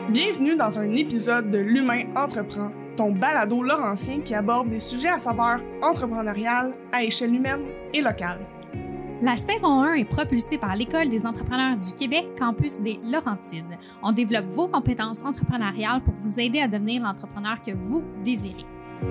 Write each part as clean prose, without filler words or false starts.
Bienvenue dans un épisode de L'Humain Entreprend, ton balado laurentien qui aborde des sujets à saveur entrepreneuriale à échelle humaine et locale. La saison 1 est propulsée par l'École des entrepreneurs du Québec, campus des Laurentides. On développe vos compétences entrepreneuriales pour vous aider à devenir l'entrepreneur que vous désirez.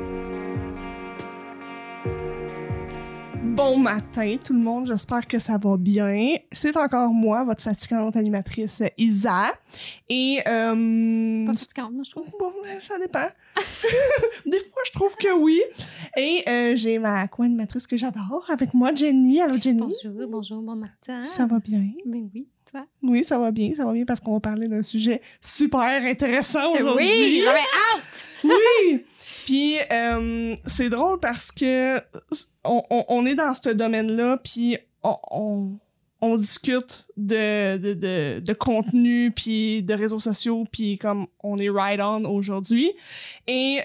Bon matin tout le monde, j'espère que ça va bien. C'est encore moi, votre fatigante animatrice Isa. Et Pas fatigante, moi, je trouve. Bon, ça dépend. Des fois, je trouve que oui. Et j'ai ma co-animatrice que j'adore avec moi, Jenny. Allô, Jenny. Bonjour, bon matin. Ça va bien? Ben oui, toi? Oui, ça va bien parce qu'on va parler d'un sujet super intéressant aujourd'hui. Oui, j'avais hâte! Oui! Puis c'est drôle parce que on est dans ce domaine-là, puis on discute de contenu, puis de réseaux sociaux, puis comme on est right on aujourd'hui. Et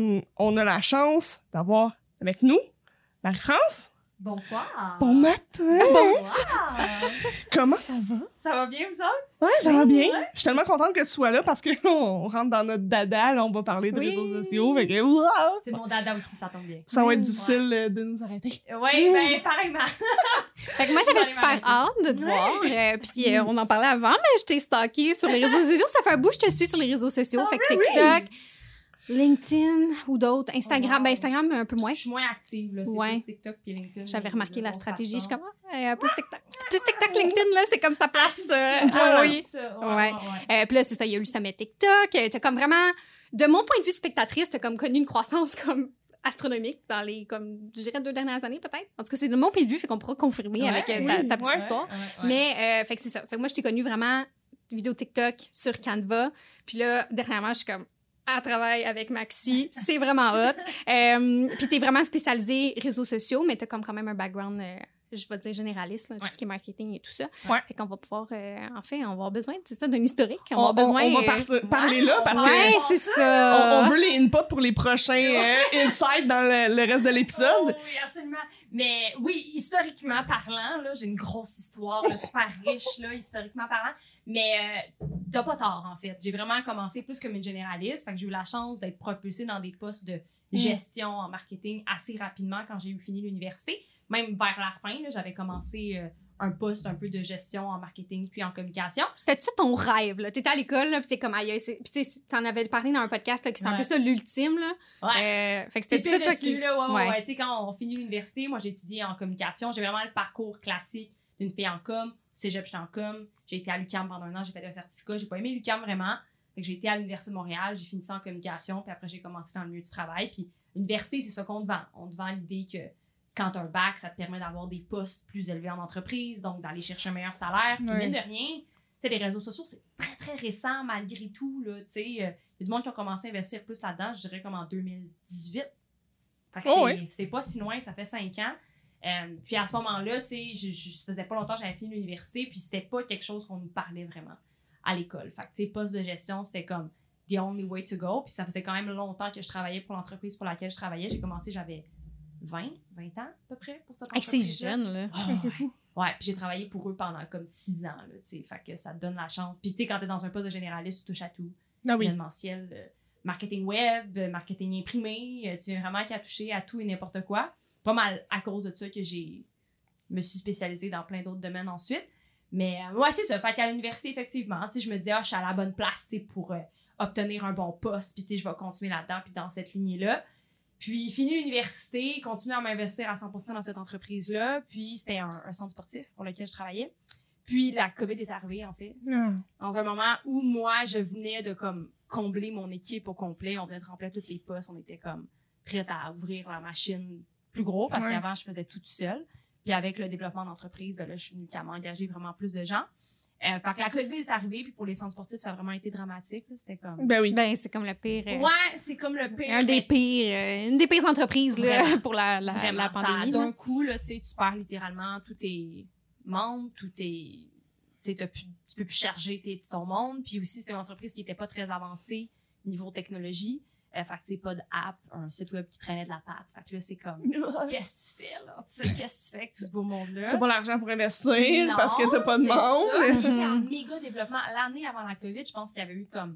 on a la chance d'avoir avec nous Marie-France. Bonsoir. Bon matin. Bonsoir. Comment ça va? Ça va bien, vous autres? Ouais, ça va bien. Ouais. Je suis tellement contente que tu sois là parce que on rentre dans notre dada, là, on va parler de réseaux sociaux. Fait que, wow! C'est mon dada aussi, ça tombe bien. Ça va être difficile de nous arrêter. Oui, ben pareillement. Fait que moi, j'avais super hâte de te voir. Puis on en parlait avant, mais je t'ai stalké sur les réseaux sociaux. Ça fait un bout que je te suis sur les réseaux sociaux. Fait que TikTok, LinkedIn ou d'autres. Instagram. Ben Instagram, un peu moins. Je suis moins active, là. C'est plus TikTok puis LinkedIn. J'avais remarqué la stratégie. Je suis comment? comme, plus TikTok. Plus TikTok, LinkedIn, là, c'est comme ça place. Oui. Ouais. Puis là, c'est ça, il y a eu le sommet TikTok. T'as comme vraiment, de mon point de vue spectatrice, t'as comme connu une croissance comme astronomique dans les, comme, je dirais, 2 dernières années, peut-être. En tout cas, c'est de mon point de vue, fait qu'on pourra confirmer avec ta petite histoire. Mais, fait que c'est ça. Fait que moi, je t'ai connu vraiment vidéo TikTok sur Canva. Puis là, dernièrement, je suis comme, elle travaille avec Maxi. C'est vraiment hot. Puis t'es vraiment spécialisée réseaux sociaux, mais t'as comme quand même un background, je vais dire généraliste, là, tout ce qui est marketing et tout ça. Ouais. Fait qu'on va pouvoir, en fait, on va avoir besoin, c'est ça, d'un historique. On va parler là parce ouais, que c'est ça. on veut les inputs pour les prochains insights dans le reste de l'épisode. Oh, oui, absolument. Mais oui, historiquement parlant, là, j'ai une grosse histoire, là, super riche, là, historiquement parlant. Mais t'as pas tort, en fait. J'ai vraiment commencé plus comme une généraliste. Fait que j'ai eu la chance d'être propulsée dans des postes de gestion en marketing assez rapidement quand j'ai eu fini l'université. Même vers la fin, là, j'avais commencé un poste un peu de gestion en marketing puis en communication. C'était-tu ton rêve, là? T'étais à l'école, là, pis t'es comme, aïe, puis t'en avais parlé dans un podcast, là, qui c'était un peu ça, l'ultime, là. Ouais. Fait que c'était ça, toi, qui... Ouais. Tu sais, quand on finit l'université, moi, j'ai étudié en communication. J'ai vraiment le parcours classique d'une fille en com. Cégep, j'étais en com. J'ai été à l'UQAM pendant 1 an, j'ai fait un certificat. J'ai pas aimé l'UQAM vraiment. Fait que j'ai été à l'Université de Montréal, j'ai fini ça en communication, puis après, j'ai commencé dans le milieu du travail. Puis l'université, c'est ça qu'on te vend. On te vend l'idée que quand tu as un bac, ça te permet d'avoir des postes plus élevés en entreprise, donc d'aller chercher un meilleur salaire. Puis mine de rien, tu sais, les réseaux sociaux, c'est très, très récent malgré tout, là, tu sais. Il y a du monde qui ont commencé à investir plus là-dedans, je dirais comme en 2018. Fait que c'est pas si loin, ça fait 5 ans. Puis à ce moment-là, tu sais, je faisais pas longtemps que j'avais fini l'université, puis c'était pas quelque chose qu'on nous parlait vraiment à l'école. Fait que, tu sais, poste de gestion, c'était comme the only way to go. Puis ça faisait quand même longtemps que je travaillais pour l'entreprise pour laquelle je travaillais. J'ai commencé, j'avais 20 ans à peu près pour cette entreprise. C'est jeune, là. C'est fou. Ouais, puis j'ai travaillé pour eux pendant comme 6 ans, là, tu sais. Fait que ça te donne la chance. Puis tu sais, quand t'es dans un poste de généraliste, tu touches à tout. Événementiel, marketing web, marketing imprimé. Tu as vraiment qu'à toucher à tout et n'importe quoi. Pas mal à cause de ça que me suis spécialisée dans plein d'autres domaines ensuite. Mais ouais, c'est ça. Fait qu'à l'université, effectivement, tu sais, je me disais, je suis à la bonne place, tu sais, pour obtenir un bon poste. Puis tu sais, je vais continuer là-dedans, puis dans cette lignée-là. Puis, fini l'université, continuer à m'investir à 100% dans cette entreprise-là. Puis, c'était un centre sportif pour lequel je travaillais. Puis, la COVID est arrivée, en fait. Dans un moment où, moi, je venais de, comme, combler mon équipe au complet. On venait de remplir tous les postes. On était, comme, prête à ouvrir la machine plus gros parce qu'avant, je faisais tout seul. Puis, avec le développement d'entreprise, ben là, je suis venue à m'engager vraiment plus de gens. Fait que la COVID est arrivée, puis pour les centres sportifs, ça a vraiment été dramatique. Là. C'était comme... Ben oui. Ben, c'est comme le pire. Ouais, c'est comme le pire. Une des pires entreprises, là, pour la pandémie. Ça, d'un coup, là, tu sais, tu perds littéralement tous tes membres, tous tes... Tu peux plus charger ton monde. Puis aussi, c'est une entreprise qui était pas très avancée niveau technologie. Fait que tu sais, pas d'app, un site web qui traînait de la patte. Fait que là, c'est comme, qu'est-ce que tu fais, là? Tu sais, qu'est-ce que tu fais avec tout ce beau monde-là? T'as pas l'argent pour investir parce que t'as pas de Ça. monde. Il était en méga développement. L'année avant la COVID, je pense qu'il y avait eu comme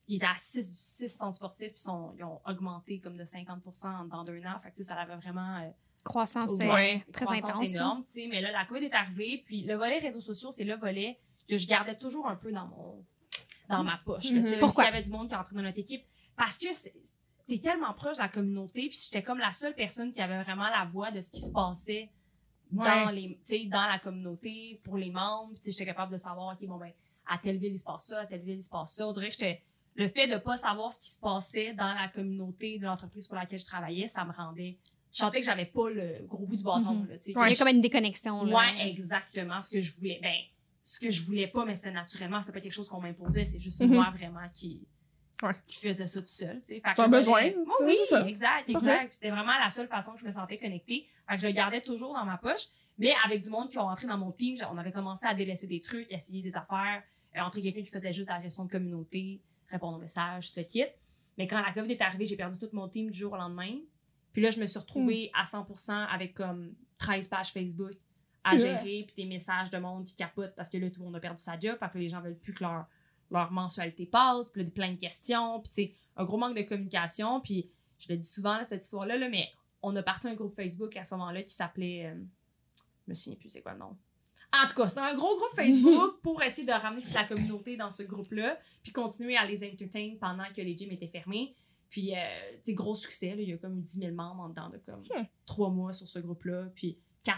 ils étaient à 6 centres sportifs, puis ils ont augmenté comme de 50% dans 2 ans. Fait que ça avait vraiment... croissance très intense. Énorme, mais là, la COVID est arrivée, puis le volet réseaux sociaux, c'est le volet que je gardais toujours un peu dans ma poche. Là, pourquoi? S'il y avait du monde qui entrait dans notre équipe. Parce que t'es tellement proche de la communauté, puis j'étais comme la seule personne qui avait vraiment la voix de ce qui se passait dans la communauté, pour les membres. J'étais capable de savoir, OK, bon, ben, à telle ville, il se passe ça, à telle ville, il se passe ça. On dirait que le fait de pas savoir ce qui se passait dans la communauté de l'entreprise pour laquelle je travaillais, ça me rendait... Je sentais que j'avais pas le gros bout du bâton. Là, il y a comme une déconnexion. Là. Ouais, exactement. Ce que je voulais pas, mais c'était naturellement, c'était pas quelque chose qu'on m'imposait. C'est juste moi vraiment qui faisais ça tout seul. C'est un besoin. Oui, exact. C'était vraiment la seule façon que je me sentais connectée. Fait que je le gardais toujours dans ma poche. Mais avec du monde qui ont rentré dans mon team, on avait commencé à délaisser des trucs, à essayer des affaires, entrer quelqu'un qui faisait juste la gestion de communauté, répondre aux messages, tout le kit. Mais quand la COVID est arrivée, j'ai perdu tout mon team du jour au lendemain. Puis là, je me suis retrouvée à 100% avec comme 13 pages Facebook à gérer, puis des messages de monde qui capotent parce que là, tout le monde a perdu sa job, parce que les gens veulent plus que leur mensualité passe, puis là, plein de questions, puis tu sais, un gros manque de communication. Puis je le dis souvent, là, cette histoire-là, là, mais on a parti un groupe Facebook à ce moment-là qui s'appelait... je me souviens plus c'est quoi le nom. En tout cas, c'était un gros groupe Facebook pour essayer de ramener toute la communauté dans ce groupe-là, puis continuer à les entertain pendant que les gyms étaient fermés. Puis, tu sais, gros succès, là, il y a comme 10 000 membres en dedans de comme 3 mois sur ce groupe-là. Puis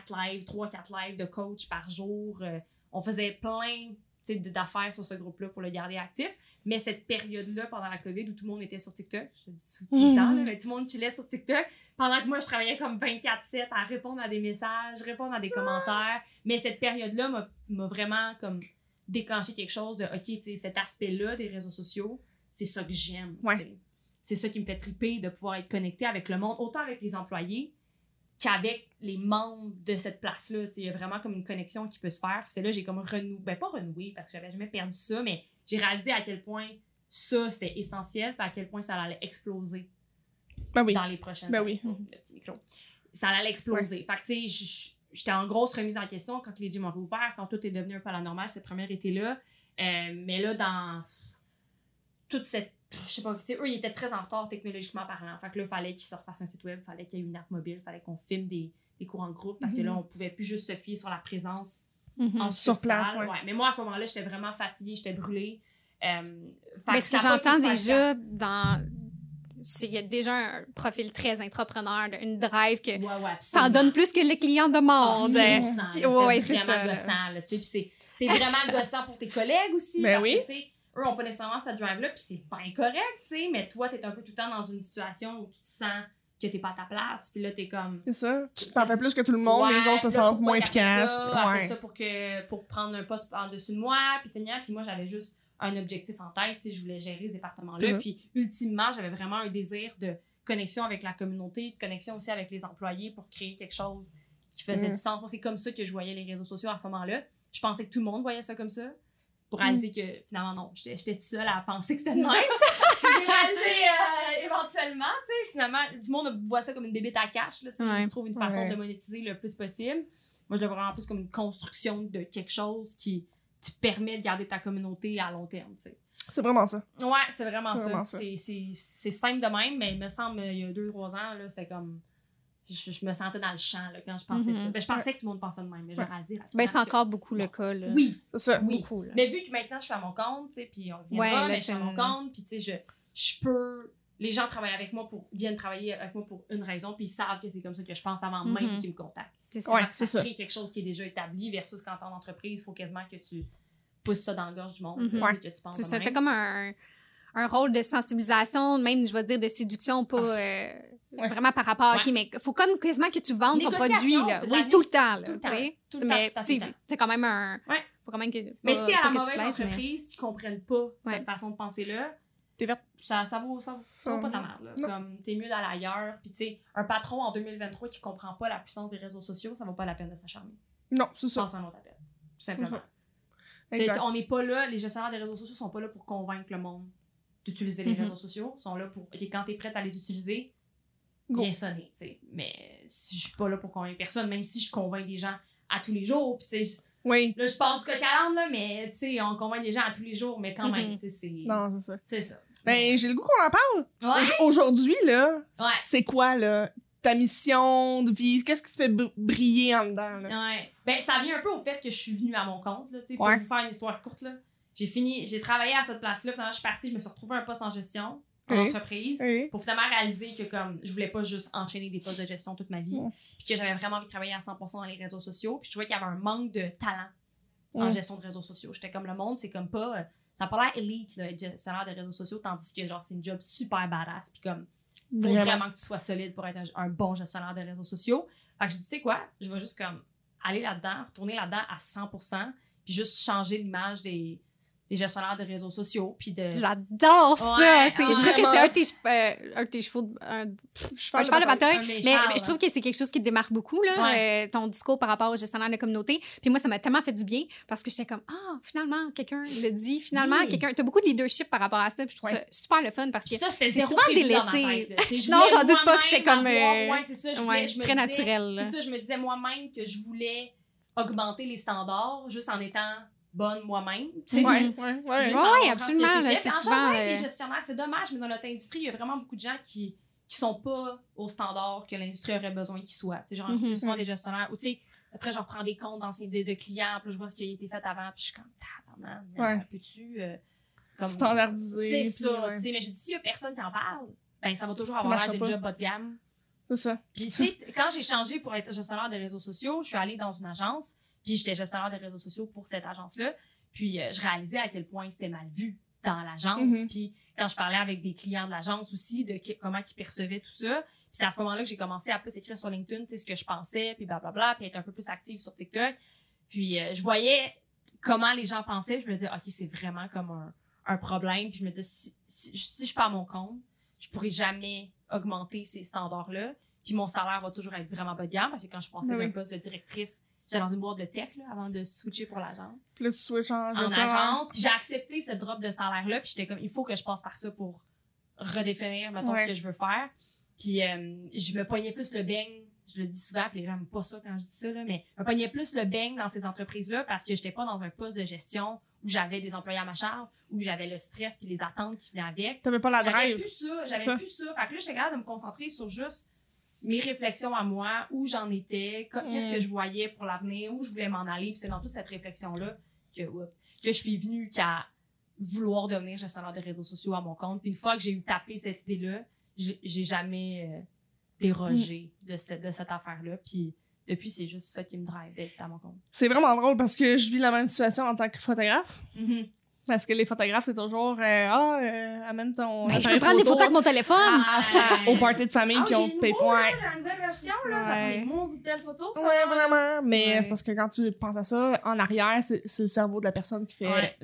3-4 lives de coach par jour. On faisait plein d'affaires sur ce groupe-là pour le garder actif. Mais cette période-là, pendant la COVID, où tout le monde était sur TikTok, je le dis tout le temps, là, mais tout le monde chillait sur TikTok, pendant que moi, je travaillais comme 24/7 à répondre à des messages, répondre à des commentaires. Mais cette période-là m'a vraiment comme déclenché quelque chose de, OK, tu sais, cet aspect-là des réseaux sociaux, c'est ça que j'aime. Ouais. C'est ça qui me fait triper, de pouvoir être connecté avec le monde, autant avec les employés qu'avec les membres de cette place-là. Il y a vraiment comme une connexion qui peut se faire. C'est là j'ai comme pas renoué, parce que j'avais jamais perdu ça, mais j'ai réalisé à quel point ça, c'était essentiel, puis à quel point ça allait exploser dans les prochaines années. Le petit micro. Ça allait exploser. Fait que, tu sais, j'étais en grosse remise en question quand les gyms ont réouvert, quand tout est devenu un peu à la normale, cette première été-là. Mais là, dans toute cette... Je sais pas, tu sais, eux, ils étaient très en retard technologiquement parlant. Fait que là, il fallait qu'ils se refassent un site web, il fallait qu'il y ait une app mobile, il fallait qu'on filme des cours en groupe, parce que là, on pouvait plus juste se fier sur la présence sur place. Ouais. Mais moi, à ce moment-là, j'étais vraiment fatiguée, j'étais brûlée. Mais ce que j'entends déjà il y a déjà un profil très entrepreneur, une drive que t'en donnes plus que le client demande. C'est vraiment gossant. Là, puis c'est vraiment gossant pour tes collègues aussi. Mais parce que, eux n'ont pas nécessairement cette drive-là, puis c'est pas incorrect, tu sais, mais toi, t'es un peu tout le temps dans une situation où tu te sens que t'es pas à ta place, puis là, t'es comme... C'est ça. Tu t'en fais plus que tout le monde, les autres se sentent moins efficaces. Après ça, pour prendre un poste en dessus de moi, puis moi, j'avais juste un objectif en tête, tu sais, je voulais gérer ce département-là, puis ultimement, j'avais vraiment un désir de connexion avec la communauté, de connexion aussi avec les employés pour créer quelque chose qui faisait du sens. C'est comme ça que je voyais les réseaux sociaux à ce moment-là. Je pensais que tout le monde voyait ça comme ça. Pour réaliser que finalement, non, j'étais toute seule à penser que c'était de même. J'ai réalisé éventuellement, tu sais, finalement, du monde voit ça comme une bébête à cash, là, tu trouves une façon de monétiser le plus possible. Moi, je le vois vraiment plus comme une construction de quelque chose qui te permet de garder ta communauté à long terme, tu sais. C'est vraiment ça. Ouais, c'est vraiment ça. C'est simple de même, mais il me semble, il y a 2-3 ans, là, c'était comme... Je me sentais dans le champ là, quand je pensais ça. Ben, je pensais que tout le monde pensait de même, mais j'ai réalisé c'est encore beaucoup le cas. Là. Oui, c'est ça. Oui. Beaucoup, là. Mais vu que maintenant je suis à mon compte, tu sais, puis on vient mais je suis à mon compte, puis tu sais, je peux... Les gens travaillent avec moi viennent travailler avec moi pour une raison, puis ils savent que c'est comme ça que je pense avant même qu'ils me contactent. C'est ça. Ça crée quelque chose qui est déjà établi versus quand t'es en entreprise, il faut quasiment que tu pousses ça dans la gorge du monde, que tu penses. C'est ça. T'as comme un rôle de sensibilisation, même, je vais dire, de séduction, pas vraiment par rapport à qui, mais il faut comme quasiment que tu vendes ton produit, là. Oui, tout le temps, là. Tout le temps. Mais, tu sais, c'est quand même un... Faut quand même que... Mais si t'es à la mauvaise entreprise, qui comprennent pas cette façon de penser-là, ça vaut pas ta merde, là. Comme, t'es mieux d'aller ailleurs. Puis, tu sais, un patron en 2023 qui comprend pas la puissance des réseaux sociaux, ça vaut pas la peine de s'acharner. Non, c'est ça. Pense à un autre appel. Tout simplement. On n'est pas là, les gestionnaires des réseaux sociaux sont pas là pour convaincre le monde d'utiliser les réseaux sociaux. Ils sont là pour... Et quand t'es prête à les utiliser, bien sonner, tu sais. Mais je suis pas là pour convaincre personne, même si je convainc des gens à tous les jours. Puis, tu sais, Oui. Là, je passe du coq à l'âne, là, mais tu sais, on convainc les gens à tous les jours, mais quand même, tu sais, c'est... Non, c'est ça. C'est ça. Ben, j'ai le goût qu'on en parle. Ouais. Aujourd'hui, là, Ouais. c'est quoi, là, ta mission de vie? Qu'est-ce qui te fait briller en dedans, là? Ouais. Ben, ça vient un peu au fait que je suis venue à mon compte, là, tu sais, pour vous faire une histoire courte, là. J'ai travaillé à cette place-là, finalement, je suis partie, je me suis retrouvée un poste en gestion, en entreprise, pour finalement réaliser que, comme, je voulais pas juste enchaîner des postes de gestion toute ma vie, puis que j'avais vraiment envie de travailler à 100% dans les réseaux sociaux, puis je trouvais qu'il y avait un manque de talent en gestion de réseaux sociaux. J'étais comme, le monde, c'est comme pas... ça a pas l'air élite, là, être gestionnaire de réseaux sociaux, tandis que, genre, c'est une job super badass, puis comme, faut vraiment que tu sois solide pour être un bon gestionnaire de réseaux sociaux. Fait que j'ai dit, tu sais quoi, je vais juste, comme, aller là-dedans, retourner là-dedans à 100%, puis juste changer l'image des gestionnaires de réseaux sociaux, puis de... J'adore ça! Ouais, Je trouve que c'est un de tes chevaux... cheval de bataille. Mais je trouve que c'est quelque chose qui te démarque beaucoup, là, ton discours par rapport aux gestionnaires de communauté. Puis moi, ça m'a tellement fait du bien, parce que j'étais comme, finalement, quelqu'un le dit. Finalement, t'as beaucoup de leadership par rapport à ça, puis je trouve ça super le fun, parce que ça, c'est souvent délaissé. Non, j'en doute pas que c'était comme... très naturel. C'est ça, je me disais moi-même que je voulais augmenter les standards, juste en étant... bonne moi-même. Oui, absolument. Là, c'est souvent... les gestionnaires, c'est dommage, mais dans notre industrie, il y a vraiment beaucoup de gens qui sont pas au standard que l'industrie aurait besoin qu'ils soient. Tu sais, genre, souvent des gestionnaires, ou tu sais, après, je reprends des comptes d'anciens de clients, puis je vois ce qui a été fait avant, puis je suis comme, tabarnak, peux-tu... comme standardiser. C'est ça, tu sais, mais je dis, s'il y a personne qui en parle, ben ça va toujours avoir l'air d'une job bas de gamme. C'est ça. Puis, tu sais, quand j'ai changé pour être gestionnaire de réseaux sociaux, je suis allée dans une agence, puis j'étais gestionnaire de réseaux sociaux pour cette agence-là. Puis je réalisais à quel point c'était mal vu dans l'agence. Puis quand je parlais avec des clients de l'agence aussi, de comment ils percevaient tout ça. Puis c'est à ce moment-là que j'ai commencé à plus écrire sur LinkedIn, tu sais, ce que je pensais, puis blablabla, puis être un peu plus active sur TikTok. Puis je voyais comment les gens pensaient, puis je me disais, OK, c'est vraiment comme un problème. Puis je me disais, si je pars à mon compte, je pourrais jamais augmenter ces standards-là. Puis mon salaire va toujours être vraiment bas de gamme, parce que quand je pensais d'un poste de directrice, j'étais dans une boîte de tech, là, avant de switcher pour l'agence. Puis là, tu switches en agence. Puis j'ai accepté ce drop de salaire-là. Puis j'étais comme, il faut que je passe par ça pour redéfinir, mettons, ce que je veux faire. Puis je me pognais plus le beigne. Je le dis souvent, puis les gens n'aiment pas ça quand je dis ça, là, mais je me pognais plus le beigne dans ces entreprises-là parce que j'étais pas dans un poste de gestion où j'avais des employés à ma charge, où j'avais le stress puis les attentes qui venaient avec. T'avais pas la drive. J'avais plus ça. Fait que là, j'étais capable de me concentrer sur juste mes réflexions à moi, où j'en étais, qu'est-ce que je voyais pour l'avenir, où je voulais m'en aller. Puis c'est dans toute cette réflexion-là que je suis venue qu'à vouloir devenir gestionnaire de réseaux sociaux à mon compte. Puis une fois que j'ai eu tapé cette idée-là, j'ai jamais dérogé de cette affaire-là. Puis depuis, c'est juste ça qui me drive d'être à mon compte. C'est vraiment drôle parce que je vis la même situation en tant que photographe. Parce que les photographes, c'est toujours amène ton. Je peux prendre des photos avec mon téléphone! Au party de famille, puis on te paye pas. J'ai une nouvelle version, là. Ça fait des mondes de belles photos, ça. Ouais, vraiment. Mais c'est parce que quand tu penses à ça, en arrière, c'est le cerveau de la personne qui fait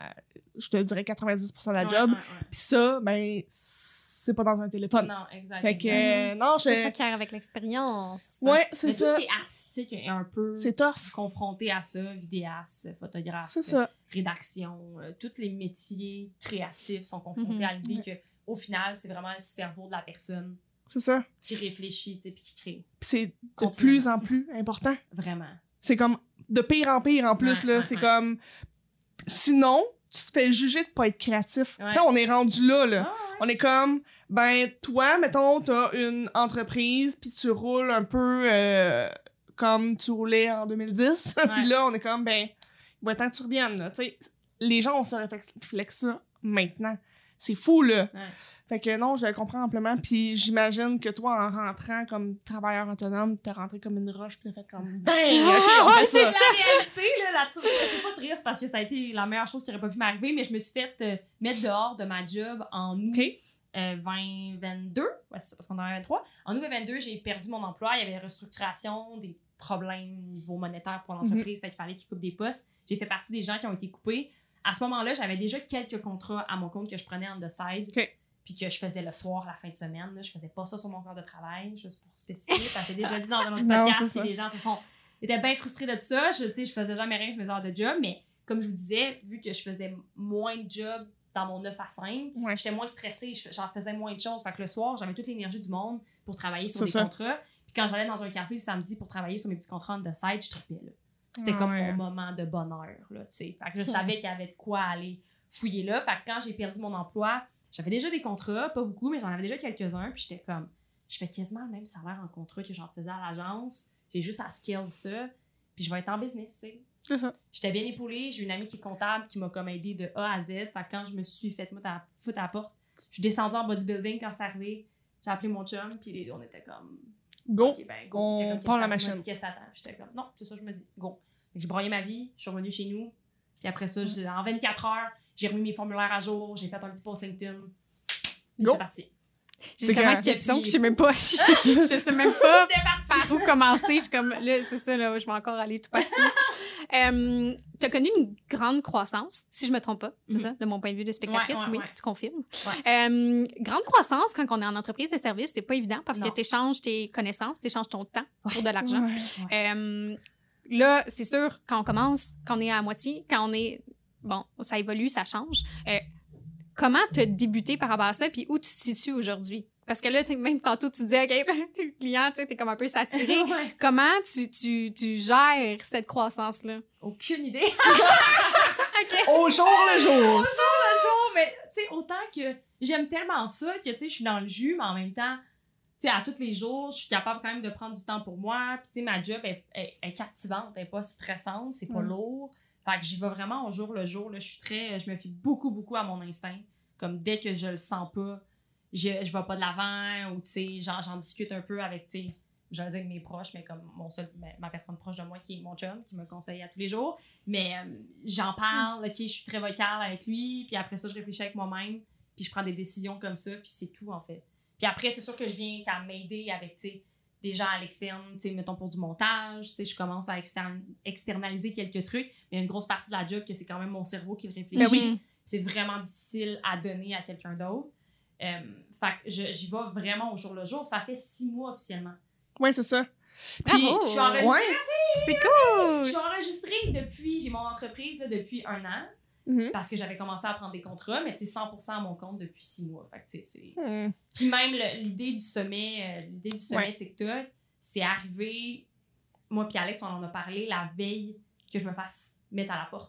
je te dirais 90% de la job. Puis ça, ben, c'est pas dans un téléphone. Non, exactement. Fait que, non, c'est ça qui arrive avec l'expérience. Ouais, c'est ça. Tout ce qui est artistique est un peu c'est tough. Confronté à ça, vidéaste, photographe, rédaction, tous les métiers créatifs sont confrontés à l'idée que au final, c'est vraiment le cerveau de la personne. C'est ça. Qui réfléchit, puis qui crée. Puis c'est de plus en plus important. Vraiment. C'est comme de pire en pire en plus, là. C'est comme, sinon, tu te fais juger de pas être créatif. Tu sais, on est rendu là. On est comme, ben, toi, mettons, t'as une entreprise, puis tu roules un peu comme tu roulais en 2010. Puis là, on est comme, ben, il va être temps que tu reviennes, là. Tu sais, les gens, on se réflexe ça maintenant. C'est fou, là. Fait que non, je le comprends amplement. Puis j'imagine que toi, en rentrant comme travailleur autonome, t'es rentré comme une roche, puis t'as fait comme, dang! C'est la réalité, là. C'est pas triste parce que ça a été la meilleure chose qui aurait pas pu m'arriver, mais je me suis fait mettre dehors de ma job en août 2022. Ouais, c'est ça, parce qu'on est en 2023. En août 2022, j'ai perdu mon emploi. Il y avait une restructuration, des problèmes au niveau monétaire pour l'entreprise. Fait qu'il fallait qu'ils coupent des postes. J'ai fait partie des gens qui ont été coupés. À ce moment-là, j'avais déjà quelques contrats à mon compte que je prenais on the side. Puis que je faisais le soir, la fin de semaine. Là. Je faisais pas ça sur mon corps de travail, juste pour spécifier. Parce que j'ai déjà dit dans un autre podcast, si les gens étaient bien frustrés de ça. Je faisais jamais rien sur mes heures de job. Mais comme je vous disais, vu que je faisais moins de job dans mon 9 à 5, j'étais moins stressée, j'en faisais moins de choses. Fait que le soir, j'avais toute l'énergie du monde pour travailler sur des contrats. Puis quand j'allais dans un café le samedi pour travailler sur mes petits contrats on the side, je trippais, là. C'était comme mon moment de bonheur, là, tu sais. Fait que je savais qu'il y avait de quoi aller fouiller là. Fait que quand j'ai perdu mon emploi, j'avais déjà des contrats, pas beaucoup, mais j'en avais déjà quelques-uns. Puis j'étais comme, je fais quasiment le même salaire en contrat que j'en faisais à l'agence. J'ai juste à scale ça, puis je vais être en business, tu sais. C'est ça. J'étais bien épaulée. J'ai une amie qui est comptable qui m'a comme aidée de A à Z. Fait que quand je me suis fait foutre à la porte, je suis descendue en bas du building quand c'est arrivé. J'ai appelé mon chum, puis les deux, on était comme... Go, okay, ben, go. on part la machine. Qu'est-ce que t'attends? J'étais comme, non, c'est ça, je me dis, go. Fait que j'ai broyé ma vie, je suis revenue chez nous. Puis après ça, en 24 heures, j'ai remis mes formulaires à jour, j'ai fait un petit post LinkedIn. Go! C'est parti. J'ai tellement de questions que je sais même pas. Je sais même pas par où commencer. Je suis comme, là, c'est ça, là, je vais encore aller tout partout. Tu as connu une grande croissance, si je me trompe pas, c'est ça, de mon point de vue de spectatrice? Oui, tu confirmes. Grande croissance, quand on est en entreprise de service, c'est pas évident parce que tu échanges tes connaissances, tu échanges ton temps pour de l'argent. Là, c'est sûr, quand on commence, quand on est à moitié, quand on est... Bon, ça évolue, ça change. Comment tu as débuté par rapport à ça, puis où tu te situes aujourd'hui? Parce que là, même tantôt, tu disais, OK, le client, tu sais, t'es comme un peu saturé. Comment tu gères cette croissance-là? Aucune idée. Okay. Au jour le jour. Mais tu sais, autant que j'aime tellement ça que, tu sais, je suis dans le jus, mais en même temps, tu sais, à tous les jours, je suis capable quand même de prendre du temps pour moi. Puis, tu sais, ma job est captivante, elle est pas stressante, c'est pas lourd. Fait que j'y vais vraiment au jour le jour. Là, je me fie beaucoup, beaucoup à mon instinct. Comme dès que je le sens pas, je vais pas de l'avant ou, tu sais, j'en discute un peu avec, tu sais, j'allais dire mes proches, mais comme ma personne proche de moi qui est mon chum, qui me conseille à tous les jours. Mais j'en parle, OK, je suis très vocale avec lui, puis après ça, je réfléchis avec moi-même, puis je prends des décisions comme ça, puis c'est tout, en fait. Puis après, c'est sûr que je viens qu'à m'aider avec, tu sais, des gens à l'externe, tu sais, mettons pour du montage, tu sais, je commence à externaliser quelques trucs, mais il y a une grosse partie de la job que c'est quand même mon cerveau qui le réfléchit. Ben oui. C'est vraiment difficile à donner à quelqu'un d'autre. Fait que j'y vais vraiment au jour le jour. Ça fait 6 mois officiellement. Oui, c'est ça. Puis, je suis enregistrée. Ouais. C'est cool! Je suis enregistrée j'ai mon entreprise là, depuis 1 an. Parce que j'avais commencé à prendre des contrats, mais tu sais, 100% à mon compte depuis 6 mois. Fait que tu sais, c'est... Puis même l'idée du sommet TikTok, c'est arrivé... Moi puis Alex, on en a parlé la veille que je me fasse mettre à la porte.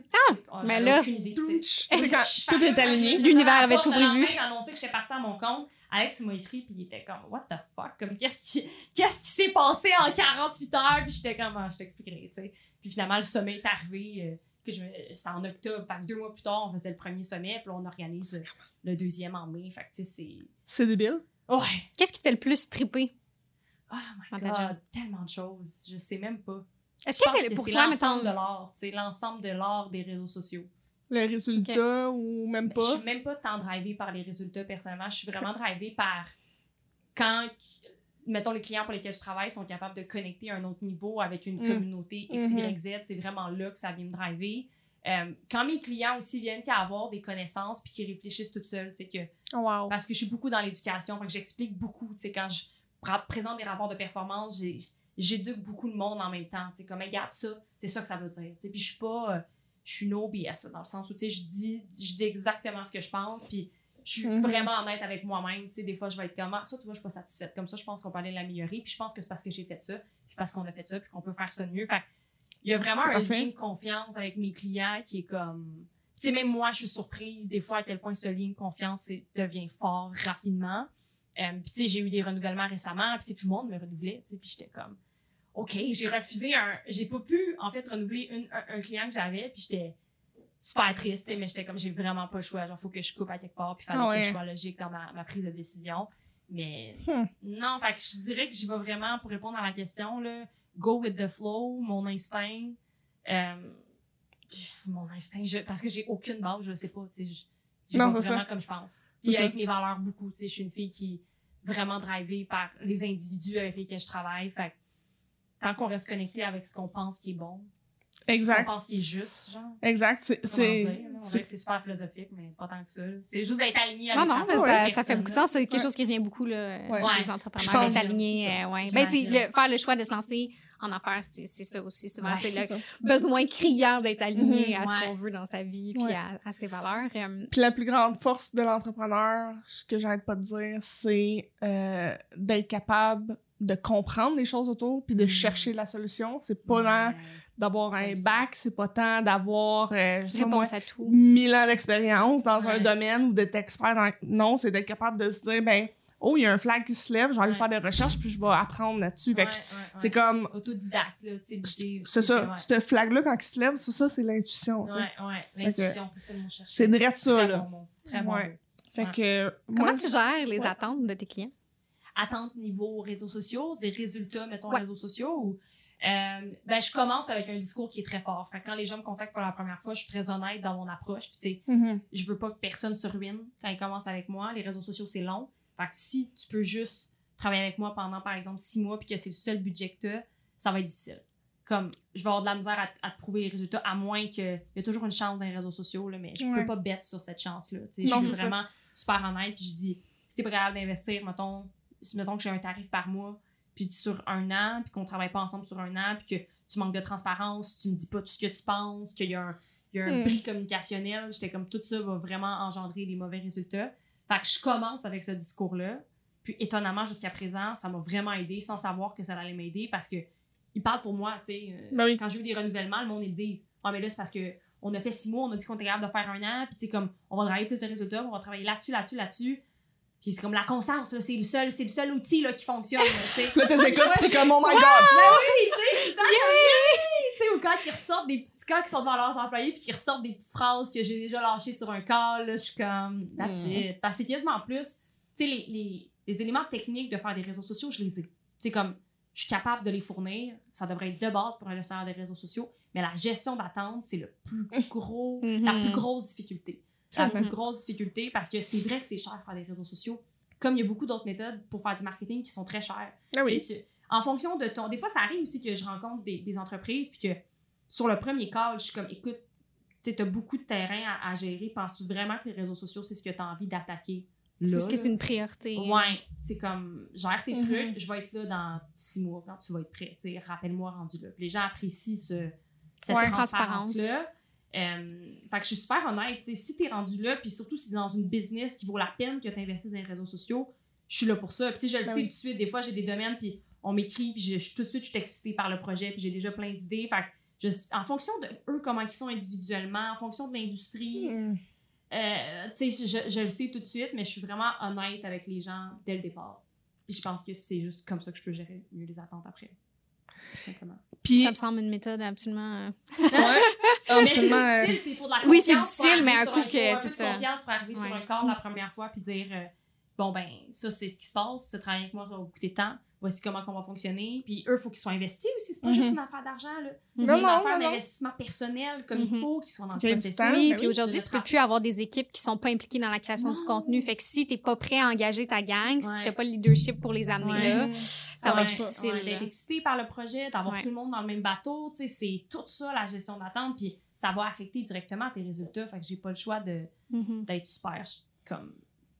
Mais là... aucune idée, c'est quand tout est aligné. L'univers avait tout prévu. J'ai annoncé que j'étais partie à mon compte. Alex m'a écrit, puis il était comme « What the fuck? » Comme, qu'est-ce qui s'est passé en 48 heures? Puis j'étais comme « Je t'expliquerai, tu sais. » Puis finalement, le sommet est arrivé... c'était en octobre, fait que 2 mois plus tard, on faisait le premier sommet, puis là, on organise le deuxième en mai. Fait que, tu sais, c'est... C'est débile. Ouais. Qu'est-ce qui te fait le plus triper? Oh my God, tellement de choses. Je sais même pas. Est-ce que c'est pour toi, mettons... l'ensemble de l'art, tu sais, l'ensemble de l'art des réseaux sociaux. Les résultats ou même pas? Je suis même pas tant drivée par les résultats, personnellement. Je suis vraiment drivée par quand... Mettons, les clients pour lesquels je travaille sont capables de connecter à un autre niveau avec une communauté XYZ. C'est vraiment là que ça vient me driver. Quand mes clients aussi viennent qu'à avoir des connaissances puis qu'ils réfléchissent toutes seules, tu sais, que... Wow. Parce que je suis beaucoup dans l'éducation, fait que j'explique beaucoup, tu sais, quand je présente des rapports de performance, j'éduque beaucoup le monde en même temps, tu sais, comme, regarde ça, c'est ça que ça veut dire, tu sais, puis je suis pas... je suis no BS, dans le sens où, tu sais, je dis exactement ce que je pense, puis je suis vraiment honnête avec moi-même. Tu sais, des fois, je vais être comme ça, tu vois, je suis pas satisfaite. Comme ça, je pense qu'on peut aller l'améliorer. Puis je pense que c'est parce que j'ai fait ça, puis parce qu'on a fait ça, puis qu'on peut faire ça de mieux. Fait il y a vraiment un lien de confiance avec mes clients qui est comme... Tu sais, même moi, je suis surprise des fois à quel point ce lien de confiance devient fort rapidement. Puis tu sais, j'ai eu des renouvellements récemment, puis tout le monde me renouvelait, tu sais, puis j'étais comme... OK, j'ai pas pu, en fait, renouveler un client que j'avais, puis j'étais... super triste, mais j'étais comme, j'ai vraiment pas le choix. Genre, faut que je coupe à quelque part, puis fallait que je sois logique dans ma prise de décision. Mais non, fait que je dirais que j'y vais vraiment, pour répondre à la question, là, go with the flow, mon instinct. Mon instinct, parce que j'ai aucune base, je sais pas, tu sais, j'y vais vraiment comme je pense. Puis avec mes valeurs beaucoup, tu sais, je suis une fille qui est vraiment drivée par les individus avec lesquels je travaille. Fait que tant qu'on reste connecté avec ce qu'on pense qui est bon, exact. On pense qu'il est juste, genre. Exact. C'est super philosophique, mais pas tant que ça. C'est juste d'être aligné avec ça. Non, mais ça fait beaucoup de temps. C'est quelque chose qui revient beaucoup là, chez les entrepreneurs, d'être aligné. Ben, faire le choix de se lancer en affaires, c'est ça aussi. Souvent, c'est le besoin criant d'être aligné à ce qu'on veut dans sa vie puis à ses valeurs. Puis la plus grande force de l'entrepreneur, ce que j'arrête pas de dire, c'est d'être capable de comprendre les choses autour puis de chercher la solution. C'est pas tant d'avoir un bac, c'est pas tant d'avoir, réponse à tout. 1000 ans d'expérience dans un domaine ou d'être expert dans... Non, c'est d'être capable de se dire, ben, oh, il y a un flag qui se lève, je vais aller faire des recherches puis je vais apprendre là-dessus. Fait que c'est comme... autodidacte, là, tu sais. C'est ça. Ce flag-là, quand il se lève, c'est ça, c'est l'intuition. L'intuition, c'est ça le mot chercher. C'est direct ça, très là. Bon mot. Très bon. Fait que... Comment tu gères les attentes de tes clients? Attentes niveau réseaux sociaux, des résultats, mettons, réseaux sociaux, ou... ben, je commence avec un discours qui est très fort. Fait que quand les gens me contactent pour la première fois, je suis très honnête dans mon approche. Puis, tu sais, je veux pas que personne se ruine quand ils commencent avec moi. Les réseaux sociaux, c'est long. Fait que si tu peux juste travailler avec moi pendant, par exemple, 6 mois puis que c'est le seul budget que t'as, ça va être difficile. Comme, je vais avoir de la misère à te prouver les résultats, à moins que... Il y a toujours une chance dans les réseaux sociaux, là, mais je peux pas bet sur cette chance-là. Tu sais, je suis vraiment super honnête. Puis je dis, si t'es pas capable d'investir, mettons que j'ai un tarif par mois, puis sur 1 an, puis qu'on travaille pas ensemble sur 1 an, puis que tu manques de transparence, tu me dis pas tout ce que tu penses, qu'il y a un bris communicationnel, j'étais comme tout ça va vraiment engendrer des mauvais résultats. Fait que je commence avec ce discours-là, puis étonnamment, jusqu'à présent, ça m'a vraiment aidé sans savoir que ça allait m'aider parce que ils parlent pour moi, tu sais. Quand j'ai eu des renouvellements, le monde, ils disent « Ah, mais là, c'est parce que on a fait 6 mois, on a dit qu'on était capable de faire 1 an, puis tu sais, comme, on va travailler plus de résultats, on va travailler là-dessus. » Puis c'est comme la constance, là, c'est le seul outil là, qui fonctionne. Là, t'es comme, oh my god! Ben oui, tu sais, ou quand ils ressortent quand ils sont devant leurs employés puis qu'ils ressortent des petites phrases que j'ai déjà lâchées sur un call, là, je suis comme, that's it. Parce que c'est quasiment plus, tu sais, les éléments techniques de faire des réseaux sociaux, je les ai. Tu sais, comme, je suis capable de les fournir, ça devrait être de base pour un gestionnaire des réseaux sociaux, mais la gestion d'attente, c'est la plus grosse difficulté. La plus grosse difficulté, parce que c'est vrai que c'est cher faire des réseaux sociaux, comme il y a beaucoup d'autres méthodes pour faire du marketing qui sont très chères. Ah oui. En fonction de ton... Des fois, ça arrive aussi que je rencontre des entreprises, puis que sur le premier call, je suis comme, écoute, tu as beaucoup de terrain à gérer. Penses-tu vraiment que les réseaux sociaux, c'est ce que tu as envie d'attaquer là? Est-ce que c'est une priorité? Ouais, c'est comme, gère tes trucs, je vais être là dans 6 mois quand tu vas être prêt. Rappelle-moi rendu là. Puis les gens apprécient cette transparence-là. Fait que je suis super honnête, t'sais, si t'es rendu là, puis surtout si t'es dans une business qui vaut la peine que t'investisses dans les réseaux sociaux, je suis là pour ça. Puis je le sais tout de suite, des fois j'ai des domaines, puis on m'écrit, puis tout de suite je suis excitée par le projet, puis j'ai déjà plein d'idées. Fait que en fonction de eux, comment ils sont individuellement, en fonction de l'industrie, je le sais tout de suite, mais je suis vraiment honnête avec les gens dès le départ. Puis je pense que c'est juste comme ça que je peux gérer mieux les attentes après. Puis, ça me semble une méthode absolument... absolument. Mais c'est difficile, il faut de la confiance. Oui, c'est difficile, mais un coup que c'est ça. Confiance pour arriver sur un corps la première fois puis dire bon, ben, ça, c'est ce qui se passe, ce travail avec moi, ça va vous coûter de temps, voici comment on va fonctionner. Puis eux, il faut qu'ils soient investis aussi, c'est pas juste une affaire d'argent, là. C'est une affaire d'investissement personnel, comme il faut qu'ils soient dans le processus. Oui, puis aujourd'hui, tu peux plus avoir des équipes qui sont pas impliquées dans la création du contenu. Fait que si t'es pas prêt à engager ta gang, si t'as pas le leadership pour les amener là, ça va être difficile. D'être excité par le projet, d'avoir tout le monde dans le même bateau, tu sais, c'est tout ça, la gestion d'attente, puis ça va affecter directement tes résultats. Fait que j'ai pas le choix d'être super, comme...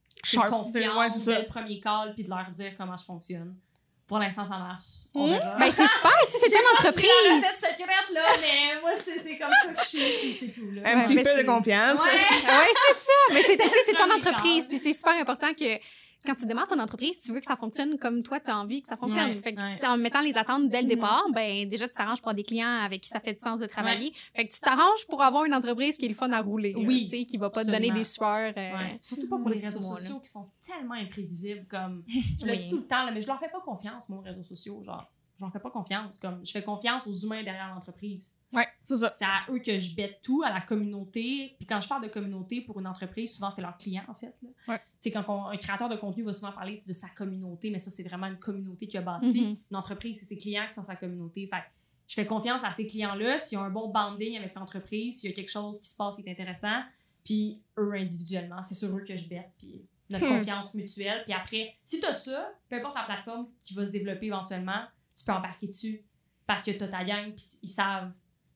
confiance dès le premier call puis de leur dire comment je fonctionne. Pour l'instant, ça marche. On verra. Ben, c'est super, tu sais, c'est ton entreprise. C'est la recette secrète, là, mais moi, c'est comme ça que je suis, puis c'est tout, là. Un petit peu de confiance. Ouais, c'est ça. Mais c'est ton entreprise, puis c'est super important que quand tu démarres ton entreprise, tu veux que ça fonctionne comme toi, tu as envie que ça fonctionne. Fait que, en mettant les attentes dès le départ, ben déjà, tu t'arranges pour avoir des clients avec qui ça fait du sens de travailler. Fait que tu t'arranges pour avoir une entreprise qui est le fun à rouler. Oui. Tu sais, qui va pas te donner des sueurs. Surtout pas pour les réseaux sociaux qui sont tellement imprévisibles. Comme, je le dis tout le temps, là, mais je leur fais pas confiance, moi, aux réseaux sociaux. Genre, j'en fais pas confiance. Comme, je fais confiance aux humains derrière l'entreprise. Ouais, c'est ça. C'est à eux que je bête tout, à la communauté. Puis quand je parle de communauté pour une entreprise, souvent c'est leurs clients, en fait. Là. Ouais. Quand un créateur de contenu va souvent parler de sa communauté, mais ça, c'est vraiment une communauté qui a bâti. Une entreprise, c'est ses clients qui sont sa communauté. Fait je fais confiance à ces clients-là. S'ils ont un bon banding avec l'entreprise, s'il y a quelque chose qui se passe qui est intéressant, puis eux individuellement, c'est sur eux que je bête. Puis notre confiance mutuelle. Puis après, si tu as ça, peu importe la plateforme qui va se développer éventuellement, tu peux embarquer dessus parce que tu as ta gang, puis ils savent.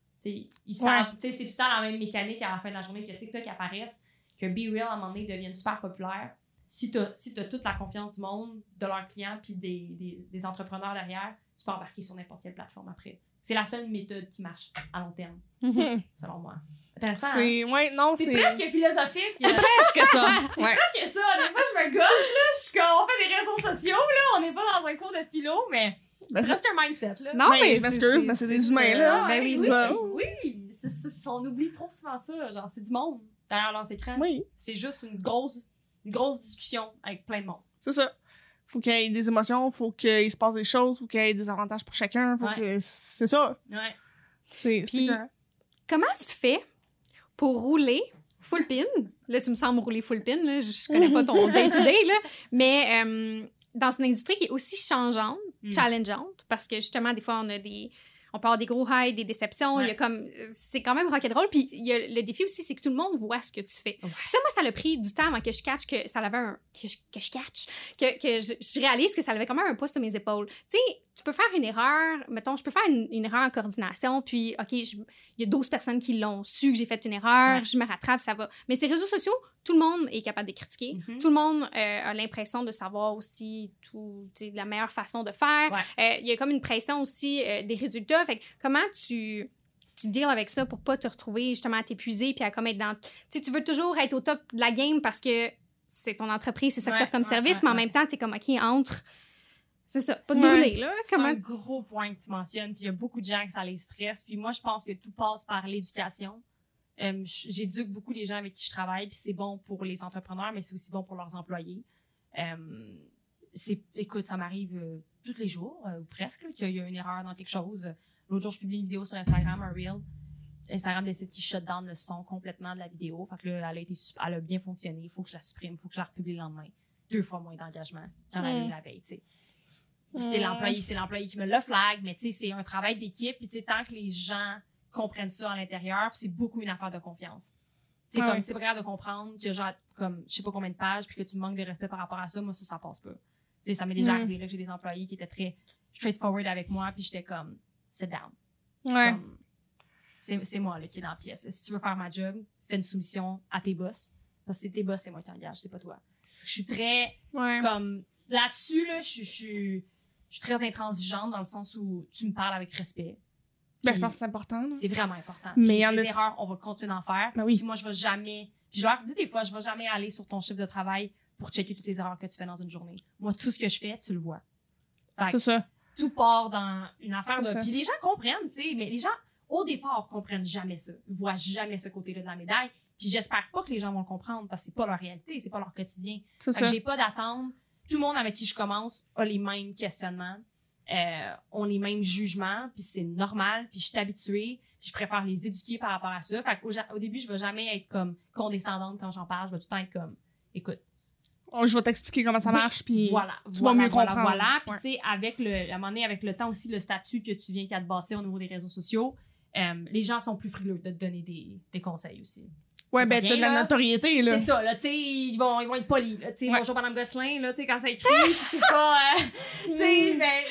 Ils savent, c'est tout le temps la même mécanique à la fin de la journée que TikTok apparaisse, que BeReal à un moment donné devienne super populaire. Si t'as toute la confiance du monde, de leurs clients, puis des entrepreneurs derrière, tu peux embarquer sur n'importe quelle plateforme après. C'est la seule méthode qui marche à long terme, selon moi. Intéressant. C'est presque philosophique. C'est presque ça. C'est presque ça. Des fois, je me gosse, là. Je suis comme, on fait des réseaux sociaux, là. On n'est pas dans un cours de philo, mais c'est presque un mindset, là. Non, mais je m'excuse, mais c'est des humains, là. Ben oui, c'est ça. Oui, on oublie trop souvent ça. Genre, c'est du monde derrière leurs écrans. Oui. C'est juste une grosse discussion avec plein de monde. C'est ça. Faut qu'il y ait des émotions, faut qu'il se passe des choses, faut qu'il y ait des avantages pour chacun, faut que... C'est ça. Ouais. C'est clair. Comment tu fais pour rouler full pin? Là, tu me sembles rouler full pin, là. Je connais pas ton day-to-day, là. Mais dans une industrie qui est aussi changeante, challengeante, parce que justement, des fois, on peut avoir des gros highs, des déceptions. Il y a c'est quand même rock'n'roll. Puis il y a le défi aussi, c'est que tout le monde voit ce que tu fais. Puis ça, moi, ça a pris du temps avant que je catch que ça avait que je réalise que ça avait quand même un poids sur mes épaules. Tu sais, tu peux faire une erreur. Mettons, je peux faire une erreur en coordination. Puis, OK, il y a 12 personnes qui l'ont su que j'ai fait une erreur. Je me rattrape, ça va. Mais ces réseaux sociaux, tout le monde est capable de critiquer. Tout le monde a l'impression de savoir aussi la meilleure façon de faire. Il y a comme une pression aussi des résultats. Fait que comment tu deals avec ça pour pas te retrouver justement à t'épuiser puis à comme être dans... Tu veux toujours être au top de la game parce que c'est ton entreprise, c'est ça que tu offres comme service, mais en même temps, t'es comme, OK, entre... C'est ça, pas de brûler, là. C'est un gros point que tu mentionnes, puis il y a beaucoup de gens que ça les stresse. Puis moi, je pense que tout passe par l'éducation. J'éduque beaucoup les gens avec qui je travaille, puis c'est bon pour les entrepreneurs, mais c'est aussi bon pour leurs employés. Écoute, ça m'arrive tous les jours, ou presque, qu'il y a une erreur dans quelque chose. L'autre jour, je publie une vidéo sur Instagram, un Reel. Instagram décide qu'il shut down le son complètement de la vidéo. Fait que là, elle a bien fonctionné. Il faut que je la supprime, il faut que je la republie le lendemain. 2 fois moins d'engagement qu'en avait la veille, tu sais. C'est l'employé qui me le flag, mais tu sais, c'est un travail d'équipe. Puis tu sais, tant que les gens comprennent ça à l'intérieur, c'est beaucoup une affaire de confiance. C'est comme si t'es pas capable de comprendre que genre, comme, je sais pas combien de pages, puis que tu manques de respect par rapport à ça, moi, ça passe pas. Tu sais, ça m'est déjà arrivé, là, que j'ai des employés qui étaient très straightforward avec moi, puis j'étais comme, sit down. Comme, c'est moi, là, qui est dans la pièce. Si tu veux faire ma job, fais une soumission à tes boss. Parce que tes boss, c'est moi qui t'engage, c'est pas toi. Je suis très, comme, là-dessus, là, je suis très intransigeante dans le sens où tu me parles avec respect. Ben, je pense que c'est important. Là. C'est vraiment important. Mais il y a des erreurs, on va continuer d'en faire. Ben oui. Puis moi, je vais jamais... Puis je leur dis des fois, je vais jamais aller sur ton chiffre de travail pour checker toutes les erreurs que tu fais dans une journée. Moi, tout ce que je fais, tu le vois. C'est ça. Tout part dans une affaire de... Puis les gens comprennent, tu sais, mais les gens, au départ, comprennent jamais ça. Ils voient jamais ce côté-là de la médaille. Puis j'espère pas que les gens vont le comprendre parce que c'est pas leur réalité, c'est pas leur quotidien. C'est ça. J'ai pas d'attente. Tout le monde avec qui je commence a les mêmes questionnements. Ont les mêmes jugements, puis c'est normal, puis je suis habituée, je préfère les éduquer par rapport à ça. Fait qu'au début, je vais jamais être comme condescendante quand j'en parle, je vais tout le temps être comme, écoute. Je vais t'expliquer comment ça marche, puis tu vas mieux comprendre. Voilà. Puis tu sais, à un moment donné, avec le temps aussi, le statut que tu viens qu'à te bâtir au niveau des réseaux sociaux, les gens sont plus frileux de te donner des conseils aussi. Ouais, ben, t'as de la notoriété, là. C'est ça, là, tu sais, ils vont être polis, là, tu sais, bonjour Madame Gosselin, là, tu sais, quand ça écrit, pis c'est pas, tu sais, mais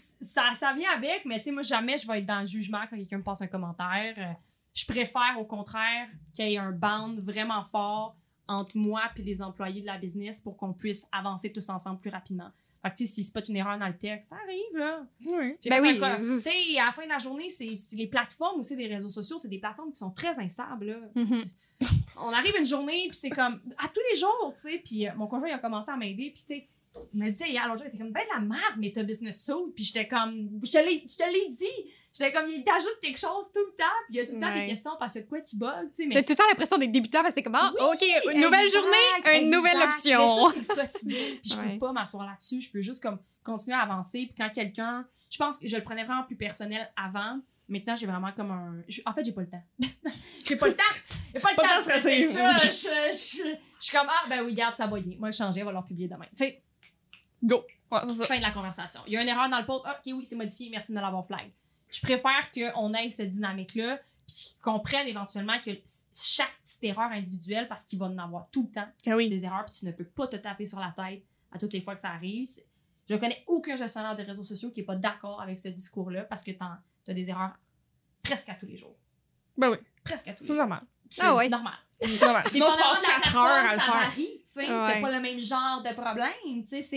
ça vient avec, mais tu sais, moi, jamais je vais être dans le jugement quand quelqu'un me passe un commentaire. Je préfère, au contraire, qu'il y ait un bond vraiment fort entre moi puis les employés de la business pour qu'on puisse avancer tous ensemble plus rapidement. Fait que, tu sais, si c'est pas une erreur dans le texte, ça arrive, là. Oui. Ben oui. Tu sais, à la fin de la journée, c'est les plateformes aussi des réseaux sociaux, c'est des plateformes qui sont très instables, là. On arrive une journée, puis c'est comme, à tous les jours, tu sais, puis mon conjoint, il a commencé à m'aider, puis tu sais, il me disait hier, l'autre jour, il était comme, ben de la merde, mais t'as business soul, puis j'étais comme, je te l'ai dit, j'étais comme, il t'ajoute quelque chose tout le temps, puis il y a tout le temps des questions parce que de quoi tu bug, tu sais, mais... T'as tout le temps l'impression d'être débutant parce que t'es comme, OK, une nouvelle journée, une nouvelle option. Mais ça, c'est le quotidien, puis je peux pas m'asseoir là-dessus, je peux juste comme continuer à avancer, puis quand quelqu'un, je pense que je le prenais vraiment plus personnel avant. Maintenant, j'ai vraiment comme en fait, j'ai pas le temps. J'ai pas le temps. J'ai pas le temps de stresser ça. Je suis comme, ben oui, regarde, ça va bien. Moi, je changeais, on va leur publier demain. Tu sais. Go. Ouais, c'est ça. Fin de la conversation. Il y a une erreur dans le post. OK, oui, c'est modifié. Merci de me l'avoir flag. Je préfère qu'on ait cette dynamique-là puis qu'on comprenne éventuellement que chaque petite erreur individuelle, parce qu'il va en avoir tout le temps des erreurs puis tu ne peux pas te taper sur la tête à toutes les fois que ça arrive. Je connais aucun gestionnaire de réseaux sociaux qui est pas d'accord avec ce discours-là parce que t'as des erreurs presque à tous les jours. Ben oui. Presque à tous les jours. C'est normal. Ah oui. C'est normal. Sinon, je passe 4 heures à le faire. Tu sais, t'as pas le même genre de problème. Tu sais,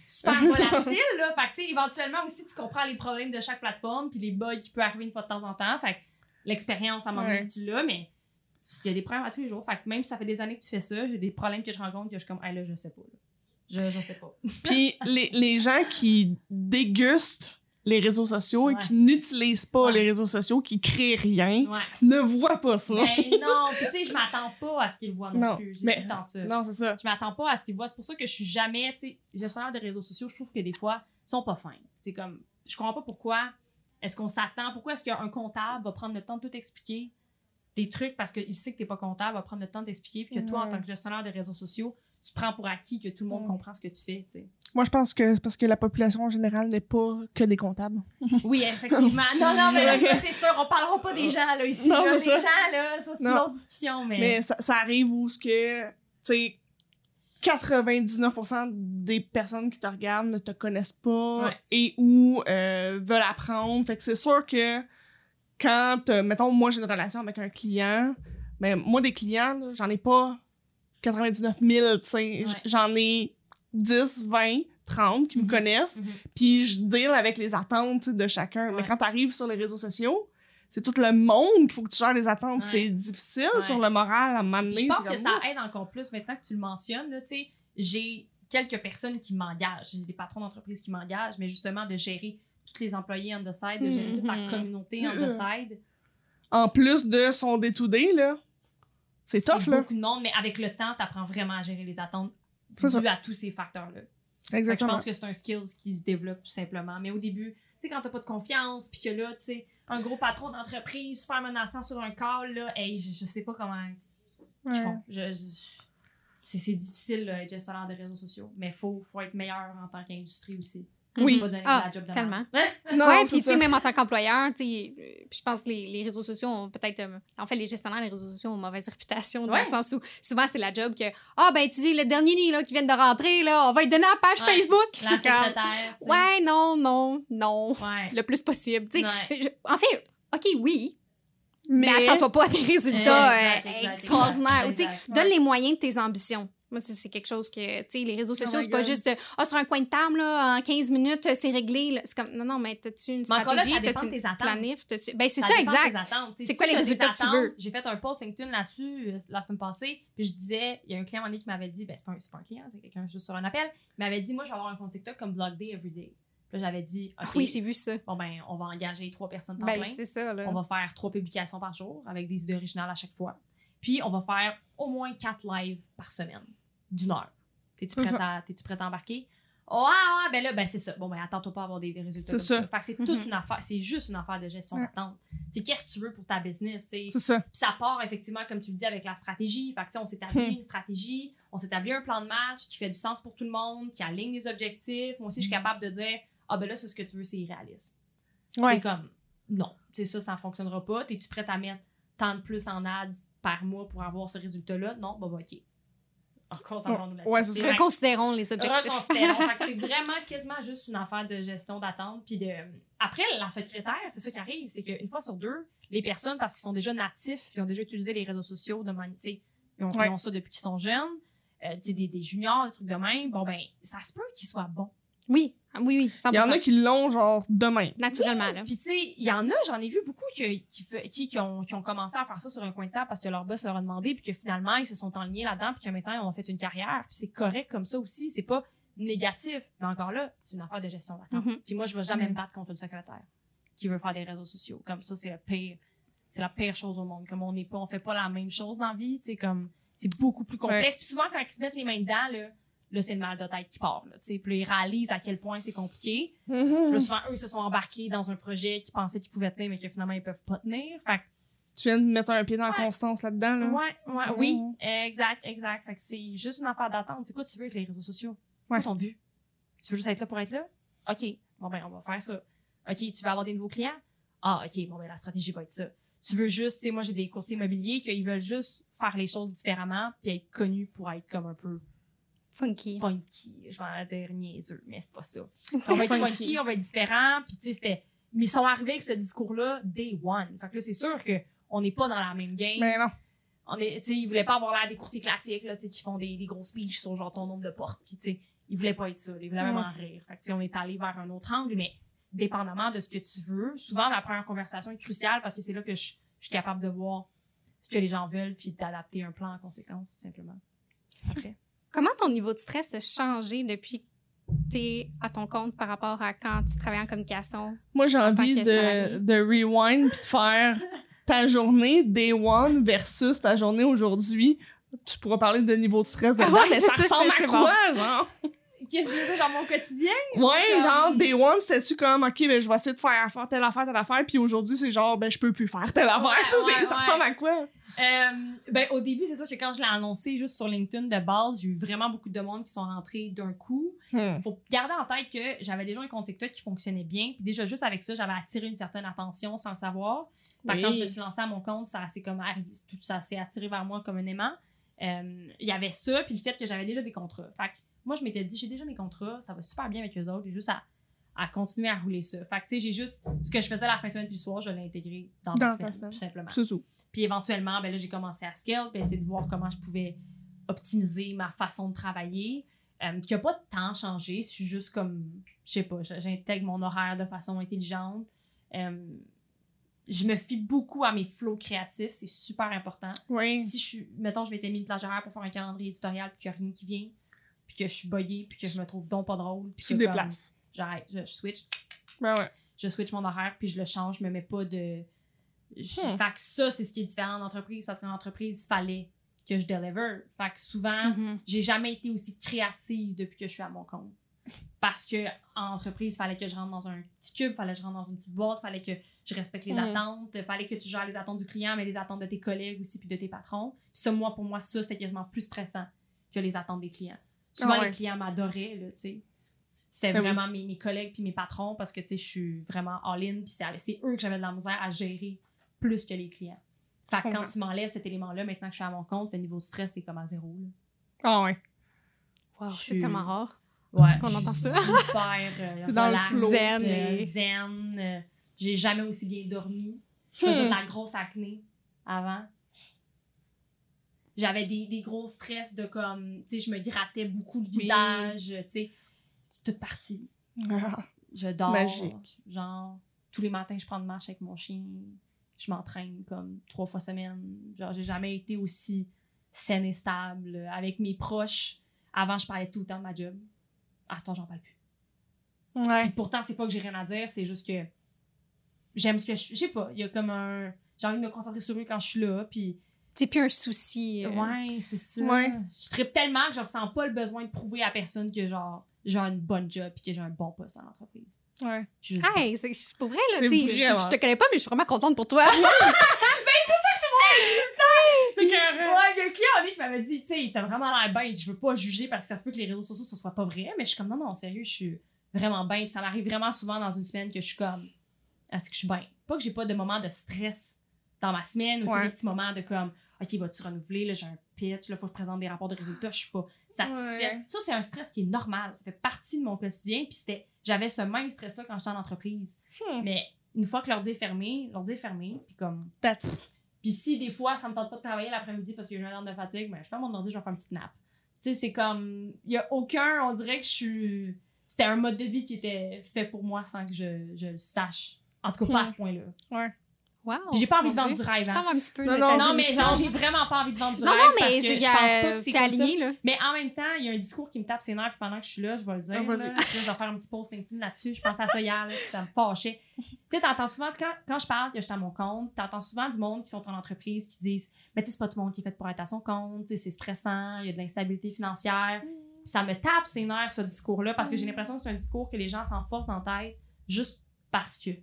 super volatile, là. Fait que, tu sais, éventuellement aussi, tu comprends les problèmes de chaque plateforme puis les bugs qui peuvent arriver une fois de temps en temps. Fait que l'expérience, à un moment donné, tu l'as, mais il y a des problèmes à tous les jours. Fait que même si ça fait des années que tu fais ça, j'ai des problèmes que je rencontre que je suis comme, là, je sais pas, là. Je sais pas. Puis les gens qui dégustent les réseaux sociaux et qui n'utilisent pas les réseaux sociaux, qui créent rien, ne voient pas ça. Mais non, tu sais, je m'attends pas à ce qu'ils le voient non plus. J'ai tout le temps ça. Non, c'est ça. Je m'attends pas à ce qu'ils le voient. C'est pour ça que je suis jamais, tu sais, gestionnaire de réseaux sociaux, je trouve que des fois, ils sont pas fins. C'est comme, je comprends pas pourquoi est-ce qu'on s'attend, pourquoi est-ce qu'un comptable va prendre le temps de tout expliquer des trucs parce qu'il sait que t'es pas comptable, va prendre le temps d'expliquer, puis que toi, en tant que gestionnaire de réseaux sociaux, tu prends pour acquis que tout le monde comprend ce que tu fais, tu sais. Moi, je pense que c'est parce que la population en général n'est pas que des comptables. Oui, effectivement. Non, mais là, ça, c'est sûr, on parlera pas des gens, là, ici. Non, là. Les gens, là, ça, c'est une autre discussion, mais ça arrive où ce que, tu sais, 99% des personnes qui te regardent ne te connaissent pas et ou veulent apprendre. Fait que c'est sûr que quand, mettons, moi, j'ai une relation avec un client, mais moi, des clients, là, j'en ai pas 99 000, tu sais. J'en ai 10, 20, 30 qui me connaissent, puis je deal avec les attentes de chacun. Mais quand t'arrives sur les réseaux sociaux, c'est tout le monde qu'il faut que tu gères les attentes. C'est difficile sur le moral à m'amener. Je pense que ça aide encore plus maintenant que tu le mentionnes. Tu sais, j'ai quelques personnes qui m'engagent. J'ai des patrons d'entreprise qui m'engagent, mais justement de gérer tous les employés on the side, de gérer toute la communauté on the side. En plus de son day-to-day, là. C'est tough, là. Beaucoup de monde, mais avec le temps, t'apprends vraiment à gérer les attentes dû à tous ces facteurs-là. Exactement. Je pense que c'est un skill qui se développe tout simplement. Mais au début, tu sais, quand t'as pas de confiance, puis que là, tu sais, un gros patron d'entreprise super menaçant sur un call, là, hey, je sais pas comment ils font. C'est difficile, là, être gestionnaire de réseaux sociaux, mais faut être meilleur en tant qu'industrie aussi. Oui. Pas donner la job de tellement. Non, ouais, puis tu sais, même en tant qu'employeur, tu sais, je pense que les réseaux sociaux ont peut-être... en fait, les gestionnaires des réseaux sociaux ont une mauvaise réputation dans le sens où souvent, c'est la job que ben tu dis, le dernier là, qui vient de rentrer, là, on va lui donner la page Facebook. La secrétaire. Ouais, non. Le plus possible. Tu sais, en fait, OK, oui, mais attends-toi pas à des résultats extraordinaires. Tu sais, donne les moyens de tes ambitions. Moi, c'est quelque chose que, tu sais, les réseaux sociaux, c'est pas juste, sur un coin de table, là, en 15 minutes, c'est réglé. Là. C'est comme, non, mais t'as-tu une stratégie? T'as-tu une planif? Ben, c'est ça, exact. C'est quoi les résultats que tu veux? J'ai fait un post LinkedIn là-dessus la semaine passée, puis je disais, il y a un client à un moment donné qui m'avait dit, ben, c'est pas un client, c'est quelqu'un juste sur un appel, il m'avait dit, moi, je vais avoir un compte TikTok comme Vlog Day Everyday. Puis là, j'avais dit, OK. Oui, j'ai vu ça. Bon, ben, on va engager 3 personnes temps plein. C'est ça, là. On va faire 3 publications par jour avec des idées originales à chaque fois. Puis, on va faire au moins 4 lives par semaine d'1 heure. T'es-tu prête à embarquer? Ben là, ben c'est ça. Bon, ben attends-toi pas à avoir des résultats comme ça. Fait que c'est toute une affaire, c'est juste une affaire de gestion d'attente. C'est qu'est-ce que tu veux pour ta business, tu sais. C'est ça. Puis ça part effectivement, comme tu le dis, avec la stratégie. Fait que on s'établit une stratégie, on s'établit un plan de match qui fait du sens pour tout le monde, qui aligne les objectifs. Moi aussi, je suis capable de dire, ben là, c'est ce que tu veux, c'est irréaliste. C'est comme, non, tu sais, ça ne fonctionnera pas. T'es-tu prête à mettre tant de plus en ads par mois pour avoir ce résultat-là? Non, OK. Reconsidérons les objectifs. C'est vraiment quasiment juste une affaire de gestion d'attente. Puis après, la secrétaire, c'est ça qui arrive, c'est qu'une fois sur 2, les personnes, parce qu'ils sont déjà natifs, ils ont déjà utilisé les réseaux sociaux de manière, ils ont ça depuis qu'ils sont jeunes, des juniors, des trucs de même, bon ben, ça se peut qu'ils soient bons. Oui, 100%. Il y en a qui l'ont, genre, demain. Naturellement, là. Puis, tu sais, il y en a, j'en ai vu beaucoup qui ont commencé à faire ça sur un coin de table parce que leur boss leur a demandé, puis que finalement, ils se sont enlignés là-dedans, puis que maintenant, ils ont fait une carrière. Puis c'est correct comme ça aussi. C'est pas négatif. Mais encore là, c'est une affaire de gestion d'attente. Puis moi, je vais jamais me battre contre une secrétaire qui veut faire des réseaux sociaux. Comme ça, c'est la pire chose au monde. Comme on fait pas la même chose dans la vie, tu sais, comme, c'est beaucoup plus complexe. Puis souvent, quand ils se mettent les mains dedans, là, c'est le mal de tête qui part, là, tu sais. Puis ils réalisent à quel point c'est compliqué. Puis souvent, eux, se sont embarqués dans un projet qu'ils pensaient qu'ils pouvaient tenir, mais que finalement, ils peuvent pas tenir. Fait que, tu viens de mettre un pied dans la constance là-dedans, là. Oui, exact. Fait que c'est juste une affaire d'attente. C'est quoi tu veux avec les réseaux sociaux? Quoi ton but? Tu veux juste être là pour être là? OK. Bon, ben, on va faire ça. OK, tu veux avoir des nouveaux clients? OK. Bon, ben, la stratégie va être ça. Tu veux juste, tu sais, moi, j'ai des courtiers immobiliers qui veulent juste faire les choses différemment puis être connus pour être comme un peu funky. Je vais dire niaiseux, mais c'est pas ça. On va être funky, on va être différent, puis tu sais, mais ils sont arrivés avec ce discours-là day one. Fait que là, c'est sûr que on n'est pas dans la même game. Mais non. Tu sais, ils voulaient pas avoir l'air des courtiers classiques, là, tu sais, qui font des gros speeches sur genre ton nombre de portes, puis tu sais, il voulait pas être ça. Il voulait même en rire. Fait que, on est allé vers un autre angle, mais dépendamment de ce que tu veux, souvent, la première conversation est cruciale parce que c'est là que je suis capable de voir ce que les gens veulent puis d'adapter un plan en conséquence, tout simplement. Après. Comment ton niveau de stress a changé depuis que t'es à ton compte par rapport à quand tu travaillais en communication? Moi, j'ai envie de rewind puis de faire ta journée day one versus ta journée aujourd'hui. Tu pourras parler de niveau de stress dedans, mais ça ressemble à quoi, genre? Qu'est-ce que tu veux dire, genre mon quotidien? Ouais, genre, day one, c'était-tu comme, OK, ben, je vais essayer de faire telle affaire, puis aujourd'hui, c'est genre, ben, je peux plus faire telle affaire. Ça ressemble à quoi? Ben, au début, c'est sûr que quand je l'ai annoncé juste sur LinkedIn de base, j'ai eu vraiment beaucoup de monde qui sont rentrés d'un coup. Faut garder en tête que j'avais déjà un compte TikTok qui fonctionnait bien, puis déjà, juste avec ça, j'avais attiré une certaine attention sans le savoir. Quand je me suis lancée à mon compte, ça s'est attiré vers moi comme un aimant. Il y avait ça, puis le fait que j'avais déjà des contrats. Fait que moi, je m'étais dit, j'ai déjà mes contrats, ça va super bien avec eux autres, j'ai juste à continuer à rouler ça. Fait que, tu sais, j'ai juste, ce que je faisais la fin de semaine puis le soir, je l'ai intégré dans ma semaine, tout simplement. C'est tout. Puis éventuellement, ben là, j'ai commencé à scale, puis essayer de voir comment je pouvais optimiser ma façon de travailler, qui n'a pas de temps changé, je suis juste comme, je sais pas, j'intègre mon horaire de façon intelligente. Je me fie beaucoup à mes flows créatifs, c'est super important. Oui. Si mettons, je vais être mis une plage horaire pour faire un calendrier éditorial, puis qu'il n'y a rien qui vient, puis que je suis buggée, puis que je me trouve donc pas drôle, puis tu déplaces. J'arrête, je switch. Ben ouais. Je switch mon horaire, puis je le change, je me mets pas de... Fait que ça, c'est ce qui est différent en entreprise, parce qu'en entreprise, il fallait que je deliver. Fait que souvent, j'ai jamais été aussi créative depuis que je suis à mon compte. Parce que en entreprise, il fallait que je rentre dans un petit cube, il fallait que je rentre dans une petite boîte, il fallait que je respecte les attentes, il fallait que tu gères les attentes du client, mais les attentes de tes collègues aussi, puis de tes patrons. Puis ça, pour moi, ça, c'est quasiment plus stressant que les attentes des clients. Souvent, les clients m'adoraient, là, tu sais. C'était vraiment mes collègues puis mes patrons, parce que, tu sais, je suis vraiment all-in, puis c'est eux que j'avais de la misère à gérer plus que les clients. Fait que quand tu m'enlèves cet élément-là, maintenant que je suis à mon compte, le niveau de stress, c'est comme à zéro, là. Ah ouais. Wow, c'est tellement rare. Ouais, qu'on entend ça. Super dans le flow. zen. J'ai jamais aussi bien dormi. Je faisais de la grosse acné avant. J'avais des gros stress de comme, tu sais, je me grattais beaucoup le visage, tu sais, toute partie. Je dors. Magique. Genre, tous les matins, je prends une marche avec mon chien. Je m'entraîne comme 3 fois semaine. Genre, j'ai jamais été aussi saine et stable. Avec mes proches, avant, je parlais tout le temps de ma job. À ce temps, j'en parle plus. Ouais. Puis pourtant, c'est pas que j'ai rien à dire, c'est juste que j'aime ce que je sais pas, il y a comme j'ai envie de me concentrer sur eux quand je suis là, puis c'est plus un souci. Ouais, c'est ça. Ouais. Je trippe tellement que je ressens pas le besoin de prouver à personne que genre j'ai une bonne job puis que j'ai un bon poste dans l'entreprise. Ouais. Hey, c'est pour vrai là, C'est tu sais, je te connais pas mais je suis vraiment contente pour toi. Ouais, il y a un client qui m'avait dit, tu sais, t'as vraiment l'air bien, je veux pas juger parce que ça se peut que les réseaux sociaux ce soit pas vrai, mais je suis comme non, sérieux, je suis vraiment bien, puis ça m'arrive vraiment souvent dans une semaine que je suis comme, est-ce que je suis bien? Pas que j'ai pas de moments de stress dans ma semaine ou des petits moments de comme, OK, vas-tu renouveler, là, j'ai un pitch, là, faut que je présente des rapports de résultats, je suis pas satisfaite. Ouais. Ça, c'est un stress qui est normal, ça fait partie de mon quotidien, puis j'avais ce même stress-là quand j'étais en entreprise. Mais une fois que l'ordi est fermé, puis comme... Puis si des fois, ça me tente pas de travailler l'après-midi parce qu'il y a une heure de fatigue, ben, je ferme mon ordi, je vais faire une petite nappe. Tu sais, c'est comme... Il y a aucun... On dirait que c'était un mode de vie qui était fait pour moi sans que je le sache. En tout cas, pas à ce point-là. Ouais. Wow. Puis j'ai pas envie de vendre du rêve. Ça un petit peu non, mais genre, j'ai vraiment pas envie de vendre du rêve parce que je pense pas que c'est comme aligné, ça. Là. Mais en même temps, il y a un discours qui me tape ses nerfs, puis pendant que je suis là, je vais le dire. Je vais faire un petit post LinkedIn là-dessus. Je pensais à ça hier, là, puis ça me fâchait. Tu sais, t'entends souvent, quand je parle que je suis à mon compte, t'entends souvent du monde qui sont en entreprise qui disent, mais tu sais, c'est pas tout le monde qui est fait pour être à son compte, tu sais, c'est stressant, il y a de l'instabilité financière. Puis ça me tape ses nerfs, ce discours-là, parce que j'ai l'impression que c'est un discours que les gens s'enfoncent en tête juste parce que.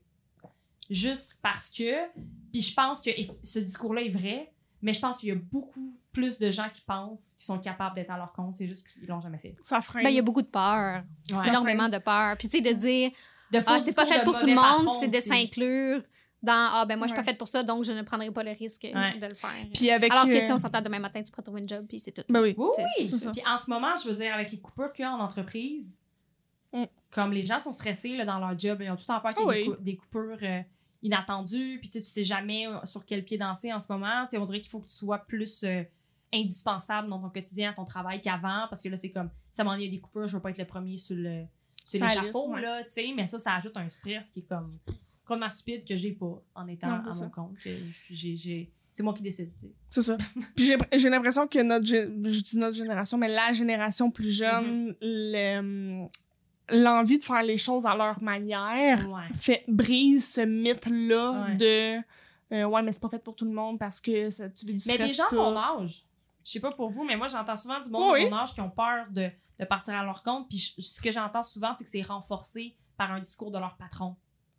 Puis je pense que ce discours-là est vrai, mais je pense qu'il y a beaucoup plus de gens qui pensent qu'ils sont capables d'être à leur compte, c'est juste qu'ils l'ont jamais fait. Ça freine. Ben, il y a beaucoup de peur. Ouais. Énormément de peur. Puis tu sais, de dire, c'est pas fait pour tout le monde, c'est de s'inclure dans, ben moi, je suis pas faite pour ça, donc je ne prendrai pas le risque de le faire. Puis alors que, tu sais, on s'entend demain matin, tu pourrais trouver une job, puis c'est tout. Ben oui. Oui. Puis en ce moment, je veux dire, avec les coupures qu'il y a en entreprise, comme les gens sont stressés là, dans leur job, ils ont tout le temps peur qu'il y ait des coupures inattendues, puis tu sais jamais sur quel pied danser en ce moment. Tu sais, on dirait qu'il faut que tu sois plus indispensable dans ton quotidien, à ton travail qu'avant, parce que là, c'est comme, ça m'en est des coupures, je veux pas être le premier sur l'échafaud, là, tu sais, mais ça ajoute un stress qui est comme complètement stupide que j'ai pas en étant à mon compte. Que c'est moi qui décide, tu sais. C'est ça. Puis j'ai l'impression que je dis notre génération, mais la génération plus jeune, l'envie de faire les choses à leur manière brise ce mythe-là de mais c'est pas fait pour tout le monde parce que tu vis du stress. Mais des gens de mon âge, je sais pas pour vous, mais moi j'entends souvent du monde de mon âge qui ont peur de partir à leur compte, puis ce que j'entends souvent, c'est que c'est renforcé par un discours de leur patron.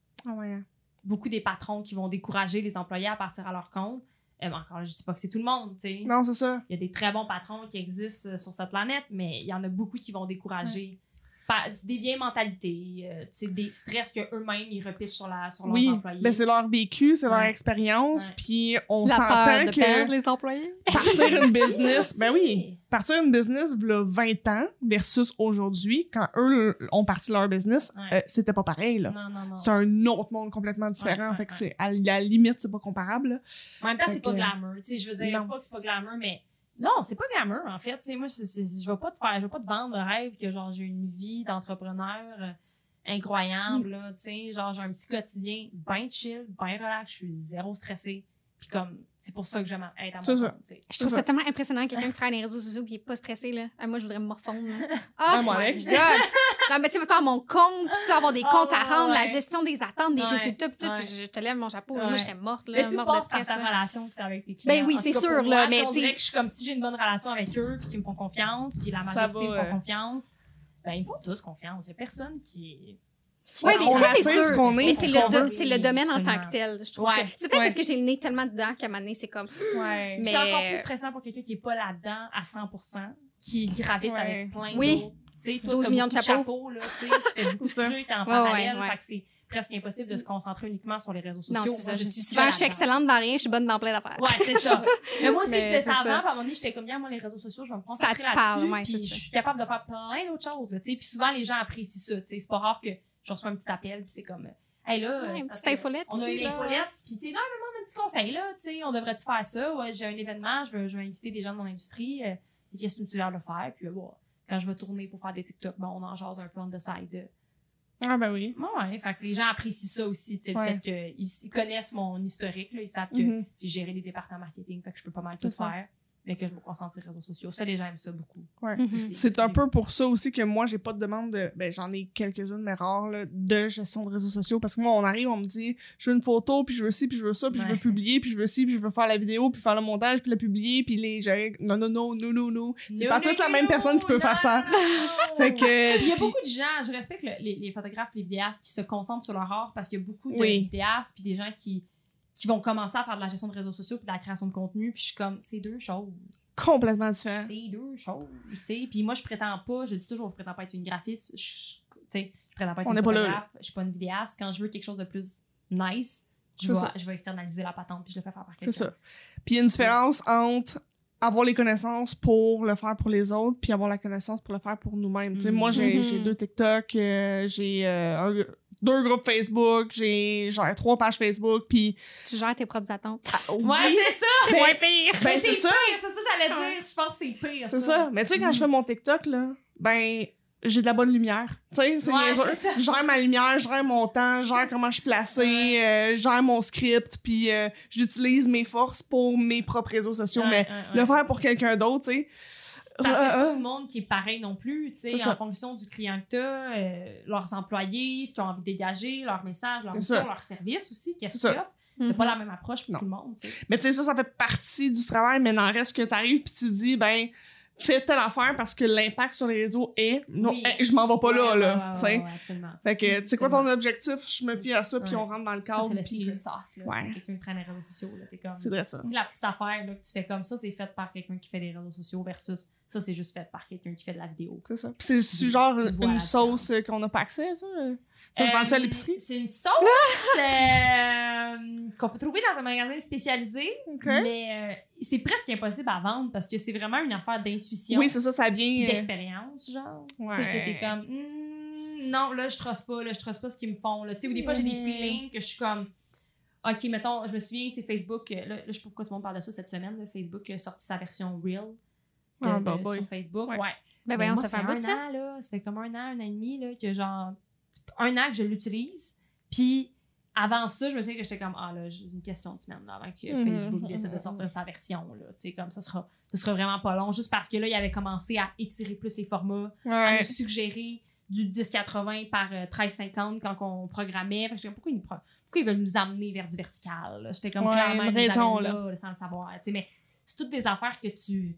Beaucoup des patrons qui vont décourager les employés à partir à leur compte. Encore là, je dis pas que c'est tout le monde, tu sais. Non, c'est ça. Il y a des très bons patrons qui existent sur cette planète, mais il y en a beaucoup qui vont décourager des vieilles mentalités, des stress qu'eux-mêmes ils repichent sur leurs employés. Ben c'est leur vécu, c'est leur expérience, puis on s'entend que perdre les employés. Partir une business, partir une business v'là 20 ans versus aujourd'hui, quand eux ont parti leur business, c'était pas pareil, là. Non. C'est un autre monde complètement différent, fait que c'est à la limite c'est pas comparable. Là. En même temps, c'est pas glamour, tu sais, je veux dire pas que c'est pas glamour, mais non, c'est pas glamour, en fait. T'sais, moi, je vais pas te vendre le rêve que, genre, j'ai une vie d'entrepreneur incroyable, là, tu sais. Genre, j'ai un petit quotidien bien chill, bien relax, je suis zéro stressée. Puis comme, c'est pour ça que j'aime être à mon compte, tu sais. Je trouve ça tellement impressionnant, quelqu'un qui travaille dans les réseaux sociaux et qui est pas stressé, là. Moi, je voudrais me morfondre, moi, my God! Non, mais tu sais, mettons, mon compte, puis tu avoir des comptes à rendre, la gestion des attentes, des résultats, puis je te lève mon chapeau, moi, je serais morte, là, morte de stress. Ta relation que t'as avec tes clients. Ben oui, c'est sûr, là, mais tu sais. Je suis comme si j'ai une bonne relation avec eux, puis qu'ils me font confiance, puis la majorité me font confiance. Ben, ils me font tous confiance. Il y a personne qui oui, mais ça, c'est sûr. Mais c'est le domaine absolument. En tant que tel. Je trouve que c'est peut-être parce que j'ai le nez tellement dedans qu'à un moment donné, c'est comme. Mais c'est encore plus stressant pour quelqu'un qui est pas là-dedans à 100%, qui gravite avec plein d'autres. Tu sais, 12 millions de chapeaux. Là, tu fais beaucoup de trucs en parallèle. Fait que c'est presque impossible de se concentrer uniquement sur les réseaux sociaux. Non, c'est ça. Je dis souvent, je suis excellente dans rien, je suis bonne dans plein d'affaires. Ouais, c'est ça. Mais moi aussi, j'étais ça avant, puis à un moment donné, j'étais comme, bien, moi, les réseaux sociaux, je vais me concentrer là-dessus, puis je suis capable de faire plein d'autres choses, tu sais. Puis souvent, les gens apprécient ça, tu sais. C'est pas rare que je reçois un petit appel, puis c'est comme, hey là, une petite infolette, on a une infolette, puis tu sais, non, mais moi, on a un petit conseil là, tu sais, on devrait-tu faire ça? Ouais, j'ai un événement, je veux inviter des gens de mon industrie, qu'est-ce que tu leur de faire? Puis bon, quand je vais tourner pour faire des TikTok, bon, on en jase un peu on the side. Ah ben oui. Ouais, fait que les gens apprécient ça aussi, tu sais, le fait qu'ils connaissent mon historique, là, ils savent que j'ai géré des départements marketing, fait que je peux pas mal tout faire. Mais que je me concentre sur les réseaux sociaux. Ça, les gens aiment ça beaucoup. Ouais. C'est un peu pour ça aussi que moi, j'ai pas de demande de... Ben, j'en ai quelques-unes, mais rares, là, de gestion de réseaux sociaux. Parce que moi, on arrive, on me dit, je veux une photo, puis je veux ci, puis je veux ça, puis je veux publier, puis je veux ci, puis je veux faire la vidéo, puis faire le montage, puis la publier, puis les gérer... Non. C'est pas toute la même personne qui peut faire ça. Fait que... Il y a beaucoup de gens, je respecte les photographes, les vidéastes qui se concentrent sur leur art, parce qu'il y a beaucoup de vidéastes, puis des gens qui vont commencer à faire de la gestion de réseaux sociaux puis de la création de contenu, puis je suis comme, c'est deux choses. Complètement différentes. C'est deux choses, tu sais. Puis moi, je prétends pas, je dis toujours, je prétends pas être une graphiste, tu sais, je prétends pas être une photographe, je suis pas une vidéaste. Quand je veux quelque chose de plus nice, je vais externaliser la patente puis je le fais faire par quelqu'un. C'est ça. Puis il y a une différence entre avoir les connaissances pour le faire pour les autres puis avoir la connaissance pour le faire pour nous-mêmes. Tu sais, moi, j'ai 2 TikTok, j'ai 2 groupes Facebook, j'ai genre 3 pages Facebook, puis tu gères tes propres attentes. Ouais, c'est ça! C'est moins pire! Ben, c'est ça! C'est ça j'allais dire, je pense que c'est pire, c'est ça. Mais tu sais, quand je fais mon TikTok, là, ben, j'ai de la bonne lumière. Tu sais, je gère ma lumière, je gère mon temps, je gère comment je suis placée, je gère mon script, puis j'utilise mes forces pour mes propres réseaux sociaux, mais le faire pour quelqu'un d'autre, tu sais. Parce que c'est pas tout le monde qui est pareil non plus, tu sais, en fonction du client que t'as, leurs employés, ce qu'ils ont envie de dégager, leur message, leur mission, leur service aussi, qu'est-ce qu'ils offrent. T'as pas la même approche pour tout le monde, tu sais. Mais tu sais, ça fait partie du travail, mais n'en reste que t'arrives pis tu dis, ben, fais telle affaire parce que l'impact sur les réseaux est, non, je m'en vais pas là, tu sais. Ouais, absolument. Fait que, tu sais quoi ton objectif, je me fie à ça, puis on rentre dans le cadre. Ça, c'est le secret sauce, là. Quelqu'un qui traîne les réseaux sociaux, là, t'es comme... C'est vrai, ça. La petite affaire, là, que tu fais comme ça, c'est fait par quelqu'un qui fait des réseaux sociaux versus ça, c'est juste fait par quelqu'un qui fait de la vidéo. C'est ça. Pis c'est genre une sauce qu'on n'a pas accès à ça? Ça se vend-tu à l'épicerie? C'est une sauce qu'on peut trouver dans un magasin spécialisé, mais c'est presque impossible à vendre parce que c'est vraiment une affaire d'intuition. Oui, c'est ça, ça vient... d'expérience, genre. Tu sais, que t'es comme, non, là, je trosse pas ce qu'ils me font, là. Tu sais, ou des fois, j'ai des feelings que je suis comme, OK, mettons, je me souviens, c'est Facebook, là, je sais pas pourquoi tout le monde parle de ça cette semaine, là, Facebook a sorti sa version Reel sur Facebook. Ouais. Ben voyons, moi, ça fait un bout de ça. an, là, ça fait comme un an et demi, là, que genre, 1 an que je l'utilise. Puis avant ça, je me souviens que j'étais comme, là, j'ai une question de semaine, là, avant que Facebook décide de sortir sa version, là. Tu sais, comme ça sera vraiment pas long, juste parce que là, il avait commencé à étirer plus les formats, à nous suggérer du 1080 par 1350 quand on programmait. Fait que j'étais comme, pourquoi ils veulent nous amener vers du vertical, là? J'étais comme, clairement, une raison, là, sans le savoir. Tu sais, mais c'est toutes des affaires que tu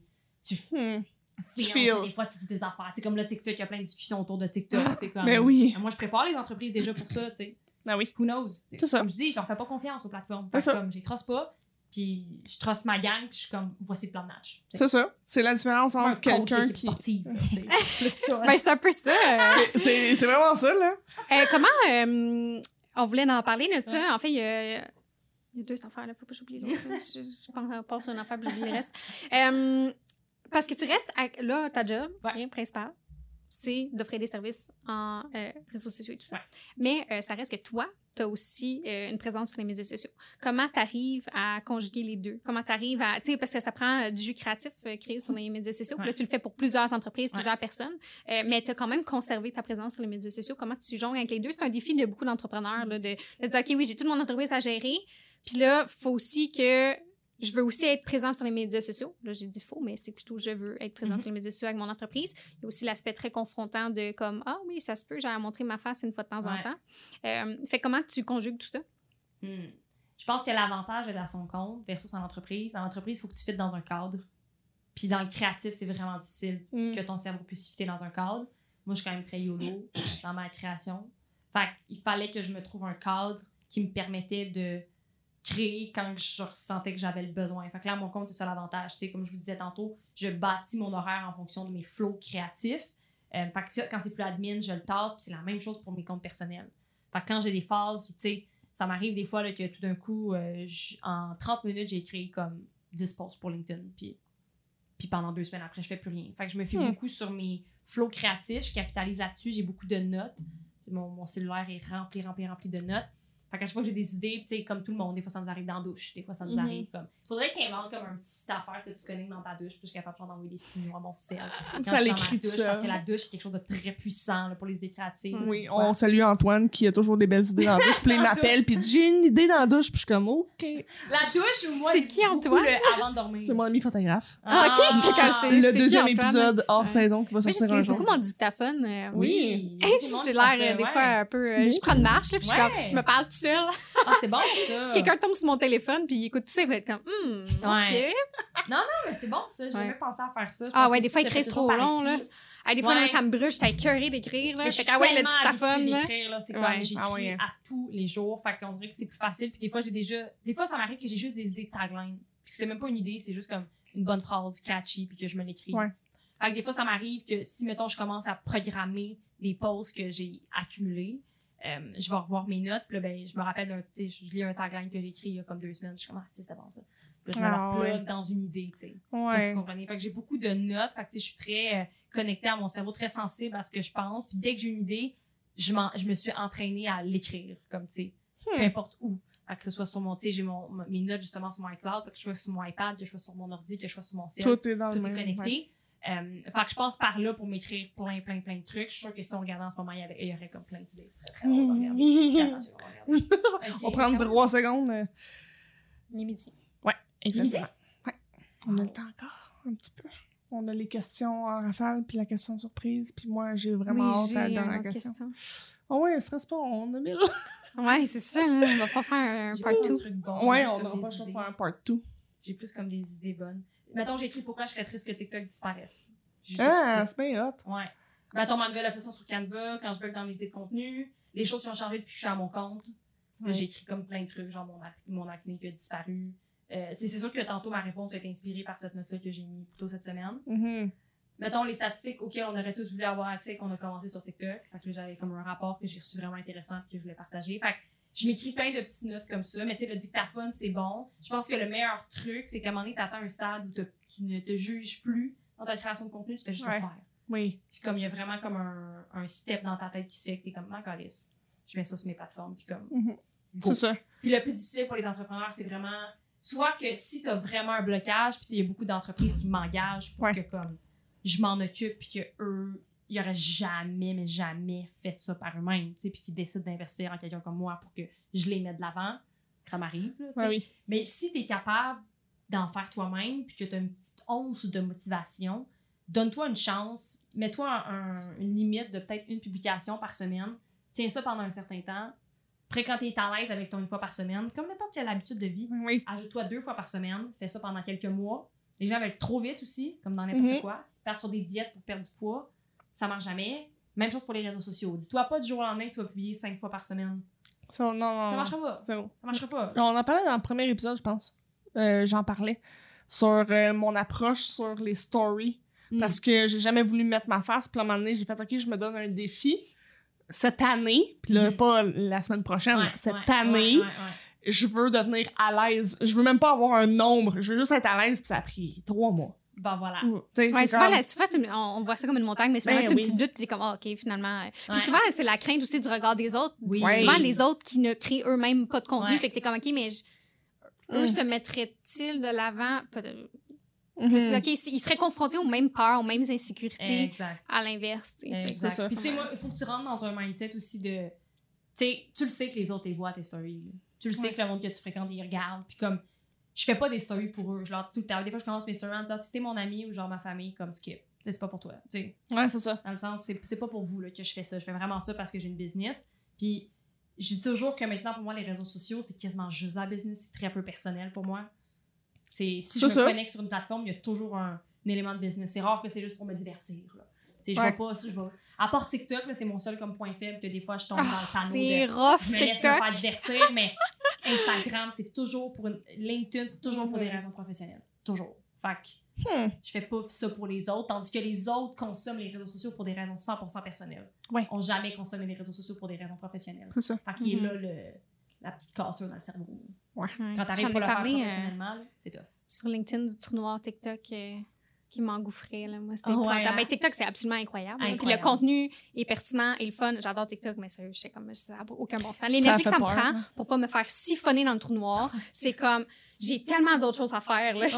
feel. Des fois, tu dis des affaires. Tu sais, comme là, TikTok, il y a plein de discussions autour de TikTok. Comme, mais oui. Moi, je prépare les entreprises déjà pour ça, tu sais. Ah oui. Who knows? C'est ça. Comme je dis, j'en fais pas confiance aux plateformes. Comme, je les truste pas, puis je truste ma gang, puis je suis comme, voici le plan de match. T'sais. C'est ça. C'est la différence entre quelqu'un qui... sportive. C'est un peu ça. C'est vraiment ça, là. Comment... on voulait en parler de ça. En fait, il y a 2 affaires, là. Faut pas que j'oublie l'autre. Je pense sur une affaire, puis j'oublie le reste. Parce que tu restes... Là, ta job principale, c'est d'offrir des services en réseaux sociaux et tout ça. Mais ça reste que toi, tu as aussi une présence sur les médias sociaux. Comment tu arrives à conjuguer les deux? Comment tu arrives à... Tu sais, parce que ça prend du jus créatif créé sur les médias sociaux. Là, tu le fais pour plusieurs entreprises, plusieurs personnes. Mais tu as quand même conservé ta présence sur les médias sociaux. Comment tu jongles avec les deux? C'est un défi de beaucoup d'entrepreneurs là, de dire, OK, oui, j'ai toute mon entreprise à gérer. Puis là, il faut aussi que... Je veux aussi être présent sur les médias sociaux. Là, j'ai dit faux, mais c'est plutôt je veux être présent sur les médias sociaux avec mon entreprise. Il y a aussi l'aspect très confrontant de comme ah oui, ça se peut, j'ai à montrer ma face une fois de temps en temps. Fait comment tu conjugues tout ça? Je pense que l'avantage d'être à son compte versus en entreprise. En entreprise, il faut que tu fittes dans un cadre. Puis dans le créatif, c'est vraiment difficile que ton cerveau puisse fitter dans un cadre. Moi, je suis quand même très YOLO dans ma création. Fait qu'il fallait que je me trouve un cadre qui me permettait de créer quand je ressentais que j'avais le besoin. Fait que là, à mon compte, c'est ça l'avantage. Tu sais, comme je vous disais tantôt, je bâtis mon horaire en fonction de mes flows créatifs. Fait que quand c'est plus admin, je le tasse, puis c'est la même chose pour mes comptes personnels. Fait que quand j'ai des phases où, tu sais, ça m'arrive des fois là, que tout d'un coup, en 30 minutes, j'ai créé comme 10 posts pour LinkedIn, puis pendant 2 semaines après, je fais plus rien. Fait que je me fie beaucoup sur mes flows créatifs, je capitalise là-dessus, j'ai beaucoup de notes. Mon cellulaire est rempli de notes. Fait qu'à chaque fois que j'ai des idées, tu sais, comme tout le monde, des fois ça nous arrive dans la douche, des fois ça nous arrive comme... Faudrait qu'il invente comme un petit affaire que tu connais dans ta douche, puis je suis capable d'envoyer des signaux à mon sel. Ça l'écrit tout ça. Parce que la douche, c'est quelque chose de très puissant là, pour les idées créatives. Oui, on salue Antoine qui a toujours des belles idées dans la douche, puis il m'appelle, puis il dit j'ai une idée dans la douche, puis je suis comme OK. La douche ou moi, c'est qui Antoine? Avant de dormir. C'est mon ami photographe. OK, je sais quand le 2e épisode hors saison qui va sortir un jour. J'utilise beaucoup mon dictaphone. Oui. J'ai l'air des fois un peu... Je prends une marche, là, puis je me parle tout seul. C'est bon, ça. Si quelqu'un tombe sur mon téléphone puis il écoute tout ça, il va être comme OK. Non, mais c'est bon, ça. J'ai jamais pensé à faire ça. Ah ouais, des fois, écrire trop long, là. Des fois, moi, ça me brûle. J'étais écœurée d'écrire, là. Je suis le dictaphone, là. C'est comme j'écris à tous les jours. Fait qu'on dirait que c'est plus facile. Puis des fois, ça m'arrive que j'ai juste des idées de tagline. Puis que c'est même pas une idée, c'est juste comme une bonne phrase catchy puis que je me l'écris. Fait que des fois, ça m'arrive que si, mettons, je commence à programmer des posts que j'ai accumulés, je vais revoir mes notes, puis là, ben, je me rappelle je lis un tagline que j'ai écrit il y a comme 2 semaines, je suis comme, c'était bon ça. Puis là, je me leur plug dans une idée, tu sais. Vous comprenez? Fait que j'ai beaucoup de notes, fait que je suis très connectée à mon cerveau, très sensible à ce que je pense, puis dès que j'ai une idée, je me suis entraînée à l'écrire, comme, tu sais, peu importe où. Fait que ce soit sur mon, tu sais, j'ai mes notes justement sur mon iCloud, que je sois sur mon iPad, que je sois sur mon ordi, que je sois sur mon site. Tout est connecté. Fait que je passe par là pour m'écrire plein de trucs. Je suis sûre que si on regardait en ce moment, il y aurait comme plein d'idées. On prend 3 secondes. Il est midi. Ouais, exactement. Ouais. On a le temps encore, un petit peu. On a les questions en rafale, puis la question surprise, puis moi, j'ai vraiment hâte dans la question. Oh ouais, stresse pas, on a 1000. Ouais, c'est ça. On va pas faire un part 2. Ouais, on n'aura pas faire un part 2. J'ai plus comme des idées bonnes. Mettons, j'ai écrit pourquoi je serais triste que TikTok disparaisse. C'est bien hot. Ouais. Mettons, ma nouvelle obsession sur Canva, quand je bug dans mes idées de contenu, les choses qui ont changé depuis que je suis à mon compte. J'ai écrit comme plein de trucs, genre mon acné qui a disparu. C'est sûr que tantôt, ma réponse a été inspirée par cette note-là que j'ai mis plus tôt cette semaine. Mettons, les statistiques auxquelles on aurait tous voulu avoir accès qu'on a commencé sur TikTok. Fait que j'avais comme un rapport que j'ai reçu vraiment intéressant et que je voulais partager. Fait que je m'écris plein de petites notes comme ça, mais tu sais, le dictaphone, c'est bon. Je pense que le meilleur truc, c'est qu'à un moment donné, t'atteins un stade où tu ne te juges plus dans ta création de contenu, tu fais juste le faire. Oui. Puis comme il y a vraiment comme un step dans ta tête qui se fait que t'es comme, calice. Je mets ça sur mes plateformes, puis comme, go. C'est ça. Puis le plus difficile pour les entrepreneurs, c'est vraiment soit que si t'as vraiment un blocage, puis il y a beaucoup d'entreprises qui m'engagent pour que comme je m'en occupe, puis que eux, ils auraient jamais fait ça par eux-mêmes, tu sais, puis qui décident d'investir en quelqu'un comme moi pour que je les mette de l'avant, ça m'arrive, là, tu sais. Oui. Mais si t'es capable d'en faire toi-même, puis que t'as une petite once de motivation, donne-toi une chance, mets-toi une limite de peut-être une publication par semaine, tiens ça pendant un certain temps. Après, quand t'es à l'aise avec ton une fois par semaine, comme n'importe quelle habitude de vie, ajoute-toi 2 fois par semaine, fais ça pendant quelques mois. Les gens veulent trop vite aussi, comme dans n'importe quoi. Perdre sur des diètes pour perdre du poids, ça marche jamais. Même chose pour les réseaux sociaux. Dis-toi pas du jour au lendemain que tu vas publier 5 fois par semaine. Non, non. Ça marchera pas. Ça marchera pas. On en parlait dans le premier épisode, je pense. J'en parlais sur mon approche sur les stories. Parce que j'ai jamais voulu mettre ma face. Puis à un moment donné, j'ai fait, OK, je me donne un défi. Cette année, puis là, pas la semaine prochaine, cette année, je veux devenir à l'aise. Je veux même pas avoir un nombre. Je veux juste être à l'aise, puis ça a pris 3 mois. Bon, voilà. On voit ça comme une montagne, mais souvent, c'est un petit doute, t'es comme, OK, finalement. Puis souvent, c'est la crainte aussi du regard des autres. Souvent, les autres qui ne créent eux-mêmes pas de contenu, fait que t'es comme, OK, mais eux, se mettraient-ils de l'avant? OK, ils seraient confrontés aux mêmes peurs, aux mêmes insécurités, à l'inverse. Exact. Puis, tu sais, moi, il faut que tu rentres dans un mindset aussi de. Tu sais, tu le sais que les autres, ils voient tes stories. Là. Tu le sais que le monde que tu fréquentes, ils regardent. Puis, comme, je fais pas des stories pour eux. Je leur dis tout le temps. Des fois, je commence mes stories en disant si t'es mon ami ou genre ma famille, comme skip. T'sais, c'est pas pour toi. T'sais. Ouais, c'est ça. Dans le sens, c'est pas pour vous là, que je fais ça. Je fais vraiment ça parce que j'ai une business. Puis, je dis toujours que maintenant, pour moi, les réseaux sociaux, c'est quasiment juste la business. C'est très peu personnel pour moi. Si je me connecte sur une plateforme, il y a toujours un élément de business. C'est rare que c'est juste pour me divertir. Là. Je vais pas... À part TikTok, là, c'est mon seul comme point faible que des fois, je tombe dans le panneau c'est rough, je me laisse me faire divertir, mais Instagram, c'est toujours pour LinkedIn, c'est toujours pour des raisons professionnelles. Toujours. Fait que je fais pas ça pour les autres, tandis que les autres consomment les réseaux sociaux pour des raisons 100% personnelles. Ont jamais consommé les réseaux sociaux pour des raisons professionnelles. C'est ça. Fait qu'il est là la petite cassure dans le cerveau. Ouais. Quand t'arrives pour le faire professionnellement, c'est tough. Sur LinkedIn, du trou noir TikTok qui m'engouffrait. Là. Moi, c'était épouvantable. Ben, TikTok, c'est absolument incroyable. Puis le contenu est pertinent et le fun. J'adore TikTok, mais sérieux, je sais comme ça n'a aucun bon sens. L'énergie que ça me prend pour pas me faire siphonner dans le trou noir, c'est comme j'ai tellement d'autres choses à faire. Là.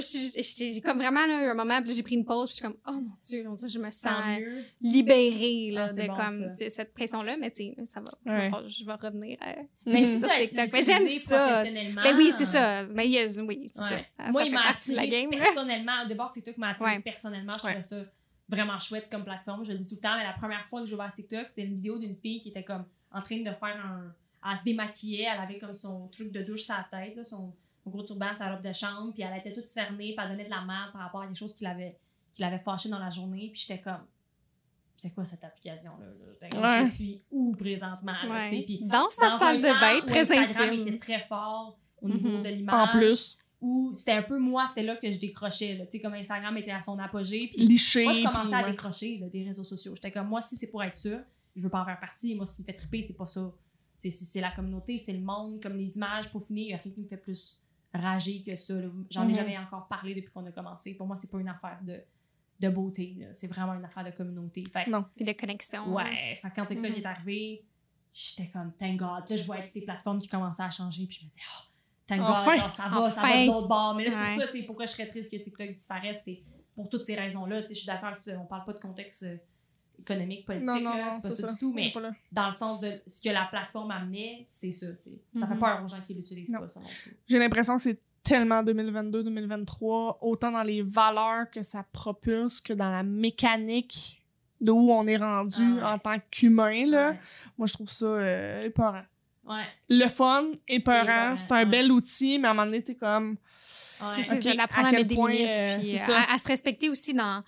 J'ai comme vraiment là, un moment, puis j'ai pris une pause, puis je suis comme, oh mon Dieu, je me sens libérée là, de comme cette pression-là, mais tu sais, ça va. Je vais revenir sur TikTok. Mais j'aime ça. Mais oui, c'est ça. Mais oui, c'est ça. Moi, il m'a attiré personnellement. D'abord, TikTok m'a attiré personnellement. Je trouvais ça vraiment chouette comme plateforme. Je le dis tout le temps, mais la première fois que j'ai ouvert TikTok, c'était une vidéo d'une fille qui était comme en train de faire elle se démaquillait, elle avait comme son truc de douche sur la tête, là, son gros turban, sa robe de chambre, puis elle était toute cernée, puis elle donnait de la merde par rapport à des choses qui l'avaient fâchée dans la journée, puis j'étais comme, c'est quoi cette application-là? Je suis où présentement? Là, puis dans sa salle de bain, très Instagram intime. était très fort au niveau de l'image. En plus. Où c'était un peu moi, c'était là que je décrochais. Là, comme Instagram était à son apogée. Puis liché. Moi, je commençais à décrocher là, des réseaux sociaux. J'étais comme, moi, si c'est pour être ça, je veux pas en faire partie. Moi, ce qui me fait triper, c'est pas ça. C'est la communauté, c'est le monde, comme les images peaufinées. Il y a rien qui me fait plus rager que ça. Là. J'en ai jamais encore parlé depuis qu'on a commencé. Pour moi, c'est pas une affaire de beauté. Là. C'est vraiment une affaire de communauté. Fait, non, puis de connexion. Ouais. Fait, quand TikTok est arrivé, j'étais comme, thank God. Là, je voyais toutes les plateformes qui commençaient à changer. Puis je me disais, oh, thank God, genre, ça va de l'autre bord. Mais là, c'est pour ça, pourquoi je serais triste que TikTok disparaisse. C'est pour toutes ces raisons-là. Je suis d'accord qu'on parle pas de contexte économique, politique. Non, c'est pas ça du tout. Mais dans le sens de ce que la plateforme amenait, c'est ça. Ça fait peur aux gens qui l'utilisent pas, ça non plus. J'ai l'impression que c'est tellement 2022-2023, autant dans les valeurs que ça propulse que dans la mécanique d'où on est rendu en tant qu'humain. Là. Moi, je trouve ça épeurant. Le fun, épeurant, c'est un bel outil, mais à un moment donné, t'es comme... C'est d'apprendre à mettre des limites, puis à se respecter aussi dans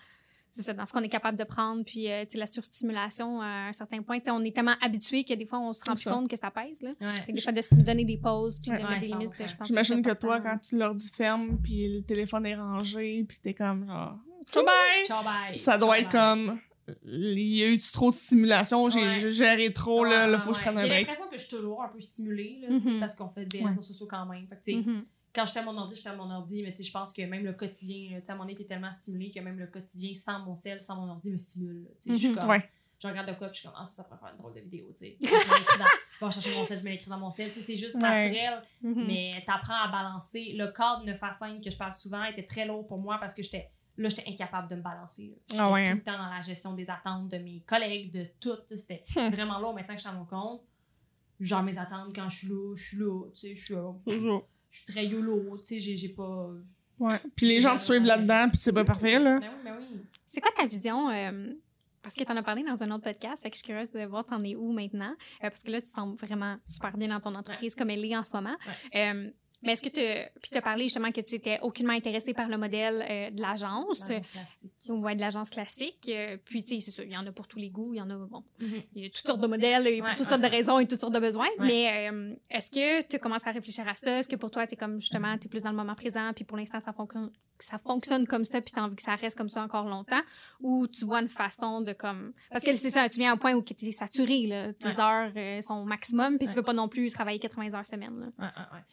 ce qu'on est capable de prendre, puis la surstimulation à un certain point. On est tellement habitué que des fois, on se rend plus compte que ça pèse. Là. Des fois, de se donner des pauses, puis de mettre des limites, je pense. J'imagine que toi, quand tu l'ordi ferme, puis le téléphone est rangé, puis t'es comme genre... Ciao bye! Ça doit être comme... Il y a eu trop de stimulation, j'ai géré trop, là, faut que je prenne un break. J'ai l'impression que je suis toujours un peu stimulée, là, parce qu'on fait des réseaux sociaux quand même. Fait que, quand je fais mon ordi, mais je pense que même le quotidien, là, à mon avis, t'es tellement stimulé que même le quotidien sans mon cell, sans mon ordi me stimule. Je suis comme, je regarde de quoi, puis je suis comme, ça pourrait faire une drôle de vidéo, tu sais. Je vais chercher mon sel, je me l'écris dans mon sel. Tu sais, c'est juste naturel, mais t'apprends à balancer. Le cadre 9 à 5 que je parle souvent était très lourd pour moi parce que j'étais incapable de me balancer. J'étais tout le temps dans la gestion des attentes de mes collègues, de tout. C'était vraiment lourd. Maintenant que je suis à mon compte, genre mes attentes, quand je suis là, tu sais, je suis très YOLO, tu sais, j'ai pas... Ouais. Puis les gens te suivent là-dedans, puis c'est pas parfait, là. Ben oui. C'est quoi ta vision? Parce que tu en as parlé dans un autre podcast, fait que je suis curieuse de voir t'en es où maintenant. Parce que là, tu sembles vraiment super bien dans ton entreprise comme elle est en ce moment. Ouais. Mais est-ce que tu as parlé justement que tu n'étais aucunement intéressée par le modèle de l'agence? Ouais, de l'agence classique. Puis, tu sais, c'est sûr, il y en a pour tous les goûts. Il y en a, bon, il y a toutes sortes de modèles, et pour toutes sortes de raisons et toutes sortes de besoins. Ouais. Mais est-ce que tu commences à réfléchir à ça? Est-ce que pour toi, tu es comme justement, tu es plus dans le moment présent, puis pour l'instant, ça fonctionne comme ça, puis tu as envie que ça reste comme ça encore longtemps? Ou tu vois une façon de comme. Parce que c'est ça, tu viens à un point où tu es saturé, là. Tes heures sont au maximum, puis tu veux pas non plus travailler 80 heures semaine. Là.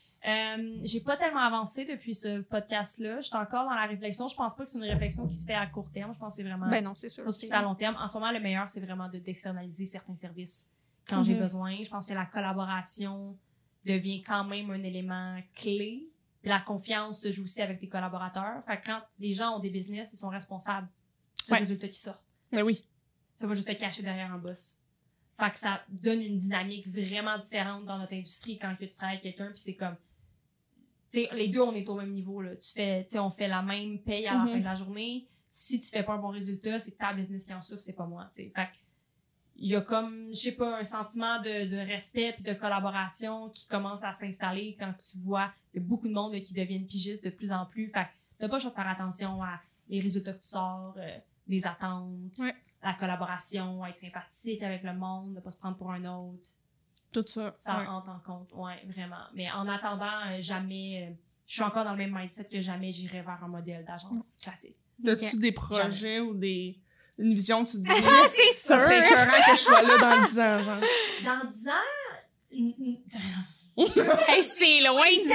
J'ai pas tellement avancé depuis ce podcast-là. Je suis encore dans la réflexion. Je pense pas que c'est une réflexion qui se fait à court terme. Je pense que c'est vraiment. Ben non, c'est sûr. C'est à long terme. En ce moment, le meilleur, c'est vraiment d'externaliser certains services quand j'ai besoin. Je pense que la collaboration devient quand même un élément clé. Puis la confiance se joue aussi avec tes collaborateurs. Fait que quand les gens ont des business, ils sont responsables des résultats qui sortent. Ben oui. Ça va juste te cacher derrière un boss. Fait que ça donne une dynamique vraiment différente dans notre industrie quand que tu travailles avec quelqu'un, puis c'est comme. Tu sais, les deux, on est au même niveau, là. On fait la même paye à la fin de la journée. Si tu fais pas un bon résultat, c'est ta business qui en souffre, c'est pas moi, tu sais. Fait que, il y a comme, je sais pas, un sentiment de respect puis de collaboration qui commence à s'installer quand tu vois, il y a beaucoup de monde là, qui deviennent pigistes de plus en plus. Fait que t'as pas le choix de faire attention à les résultats que tu sors, les attentes, la collaboration, être sympathique avec le monde, de pas se prendre pour un autre. Tout ça. Ça entre en compte, vraiment. Mais en attendant, jamais, je suis encore dans le même mindset que jamais j'irai vers un modèle d'agence classique. As-tu des projets ou une vision que tu te dis, c'est sûr! Ça serait écœurant que je sois là dans 10 ans, genre. Dans 10 ans? Hey, c'est loin de 10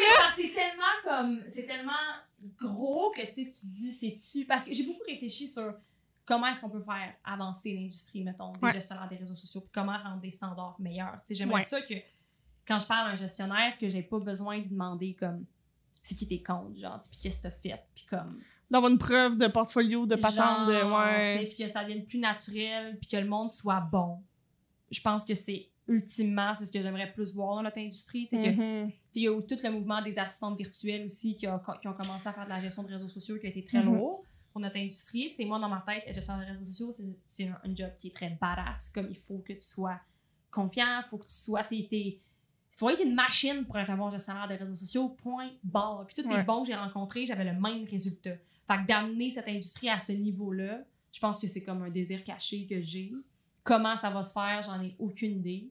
C'est ans, là! c'est tellement gros que tu te dis, c'est-tu... Parce que j'ai beaucoup réfléchi sur comment est-ce qu'on peut faire avancer l'industrie, mettons, des gestionnaires des réseaux sociaux, puis comment rendre des standards meilleurs. Tu sais, j'aimerais ça que, quand je parle à un gestionnaire, que j'ai pas besoin d'y demander, comme, c'est qui tes comptes, genre, puis qu'est-ce que t'as fait, puis comme... D'avoir une preuve de portfolio, de patente, puis que ça devienne plus naturel, puis que le monde soit bon. Je pense que c'est, ultimement, c'est ce que j'aimerais plus voir dans notre industrie. Tu sais, il y a tout le mouvement des assistantes virtuelles aussi qui ont commencé à faire de la gestion de réseaux sociaux qui a été très lourd pour notre industrie. Tu sais, moi, dans ma tête, être gestionnaire de réseaux sociaux, c'est un job qui est très badass. Comme il faut que tu sois confiant, il faut que tu sois... Il faut être une machine pour être un bon gestionnaire de réseaux sociaux, point, barre. Puis tous les bons que j'ai rencontrés, j'avais le même résultat. Fait que d'amener cette industrie à ce niveau-là, je pense que c'est comme un désir caché que j'ai. Comment ça va se faire, j'en ai aucune idée.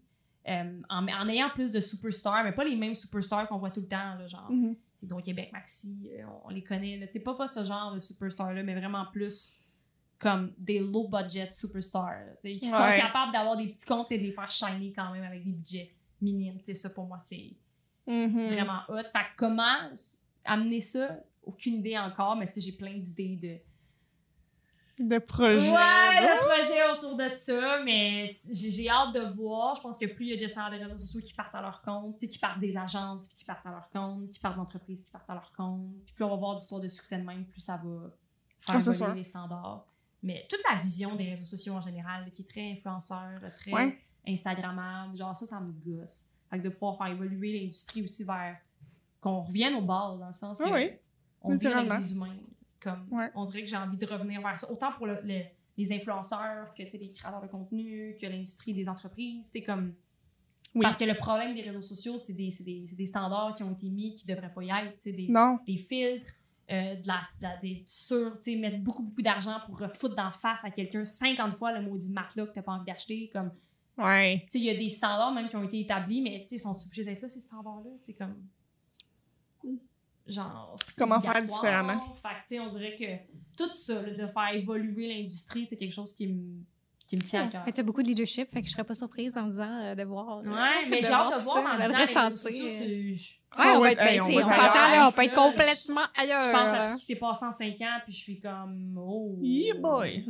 En ayant plus de superstars, mais pas les mêmes superstars qu'on voit tout le temps, là, genre donc Québec Maxi, on les connaît, là, pas ce genre de superstars-là, mais vraiment plus comme des low-budget superstars, là, qui sont capables d'avoir des petits comptes et de les faire shiner quand même avec des budgets minimes. Ça, pour moi, c'est vraiment hot. Fait que comment amener ça? Aucune idée encore, mais j'ai plein d'idées de projets. De projets autour de ça, mais j'ai hâte de voir. Je pense que plus il y a de gestionnaires de réseaux sociaux qui partent à leur compte, qui partent des agences qui partent à leur compte, qui partent d'entreprises qui partent à leur compte, puis plus on va voir d'histoires de succès de même, plus ça va faire évoluer les standards. Mais toute la vision des réseaux sociaux en général, là, qui est très influenceur, très Instagrammable, genre ça me gosse. Fait que de pouvoir faire évoluer l'industrie aussi vers qu'on revienne au bas, dans le sens que on vit avec des humains. Comme, on dirait que j'ai envie de revenir vers ça. Autant pour les influenceurs que les créateurs de contenu, que l'industrie des entreprises. C'est comme... Parce que le problème des réseaux sociaux, c'est des standards qui ont été mis qui ne devraient pas y être. Des filtres, mettre beaucoup d'argent pour foutre d'en face à quelqu'un 50 fois le maudit matelas que tu n'as pas envie d'acheter. Comme, il y a des standards même qui ont été établis, mais sont-ils obligés d'être là, ces standards-là? Comme... Genre, comment faire différemment? Fait que, on dirait que tout ça, là, de faire évoluer l'industrie, c'est quelque chose qui me tient à cœur. Tu as beaucoup de leadership, fait que je serais pas surprise en me disant de voir. Mais j'ai hâte de voir en disant les réseaux sociaux, Ouais, on va être, ben, on s'entend là, on peut être complètement ailleurs. Je pense à tout ce qui s'est passé en 5 ans, puis je suis comme, oh. Yeah boy!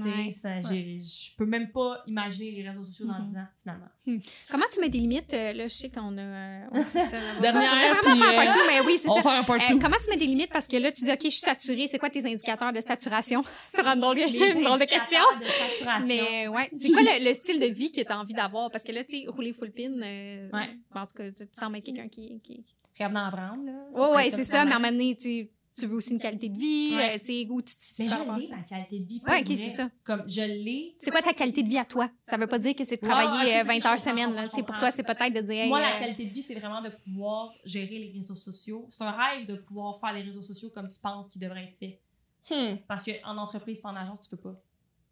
Je peux même pas imaginer les réseaux sociaux dans 10 ans, finalement. Comment tu mets des limites? Là, je sais qu'on a. C'est ça. Dernière, puis. Faire partout, mais oui, c'est ça. Comment tu mets des limites? Parce que là, tu dis, OK, je suis saturée. C'est quoi tes indicateurs de saturation? C'est une drôle de question. Mais ouais. C'est quoi le style de vie que tu as envie d'avoir? Parce que là, tu sais, rouler full pin, en tout cas, tu sembles être quelqu'un qui capable d'en prendre, là. Ouais, c'est ça, mais en même temps, tu veux aussi une qualité de vie, tu sais, où tu mais je l'ai, ma qualité de vie. Ouais, OK, c'est ça. Comme, je l'ai. C'est quoi ta qualité de vie à toi? Ça veut pas dire que c'est de travailler 20 heures semaine, là. Tu sais, pour toi, c'est peut-être de dire... Moi, la qualité de vie, c'est vraiment de pouvoir gérer les réseaux sociaux. C'est un rêve de pouvoir faire des réseaux sociaux comme tu penses qu'ils devraient être faits. Parce qu'en entreprise, pas en agence, tu peux pas.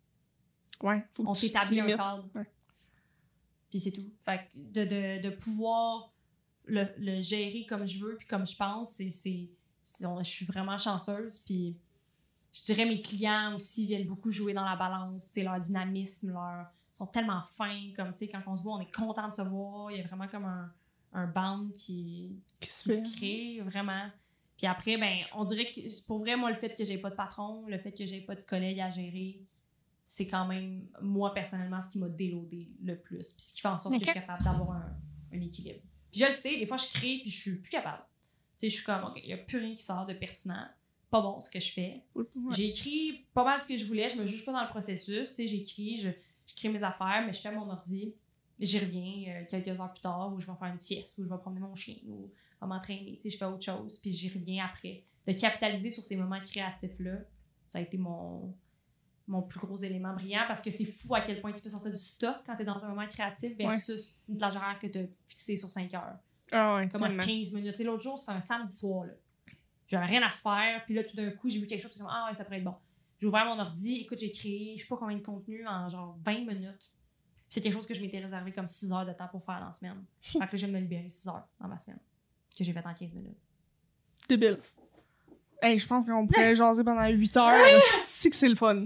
Ouais. On t'établit un cadre. Ouais. Puis c'est tout. Fait que de pouvoir le gérer comme je veux puis comme je pense, je suis vraiment chanceuse. Puis je dirais mes clients aussi viennent beaucoup jouer dans la balance, leur dynamisme, ils sont tellement fins, comme tu sais, quand on se voit, on est content de se voir, il y a vraiment comme un band qui se crée, vraiment. Puis après, ben, on dirait que pour vrai, moi, le fait que j'ai pas de patron, le fait que j'ai pas de collègues à gérer, c'est quand même, moi, personnellement, ce qui m'a déloadé le plus. Puis ce qui fait en sorte que je suis capable d'avoir un équilibre. Puis je le sais, des fois, je crée puis je suis plus capable. Tu sais, je suis comme, OK, il n'y a plus rien qui sort de pertinent. Pas bon, ce que je fais. Ouais. J'ai écrit pas mal ce que je voulais. Je me juge pas dans le processus. Tu sais, j'écris, je crée mes affaires, mais je fais mon ordi. J'y reviens quelques heures plus tard où je vais faire une sieste, où je vais promener mon chien, ou je vais m'entraîner. Tu sais, je fais autre chose, puis j'y reviens après. De capitaliser sur ces moments créatifs-là, ça a été mon plus gros élément brillant, parce que c'est fou à quel point tu peux sortir du stock quand tu es dans un moment créatif versus une plage horaire que tu as fixée sur 5 heures. Ah ouais, comme en 15 minutes. Tu sais, l'autre jour, c'était un samedi soir, là. J'avais rien à faire, puis là, tout d'un coup, j'ai vu quelque chose, c'est comme, ah ouais, ça pourrait être bon. J'ai ouvert mon ordi, écoute, j'ai créé, je sais pas combien de contenu en genre 20 minutes. Puis c'est quelque chose que je m'étais réservé comme 6 heures de temps pour faire dans la semaine. Fait que là, je viens de me libérer 6 heures dans ma semaine, que j'ai fait en 15 minutes. Débile. Hey, je pense qu'on pourrait jaser pendant 8 heures. C'est que c'est le fun.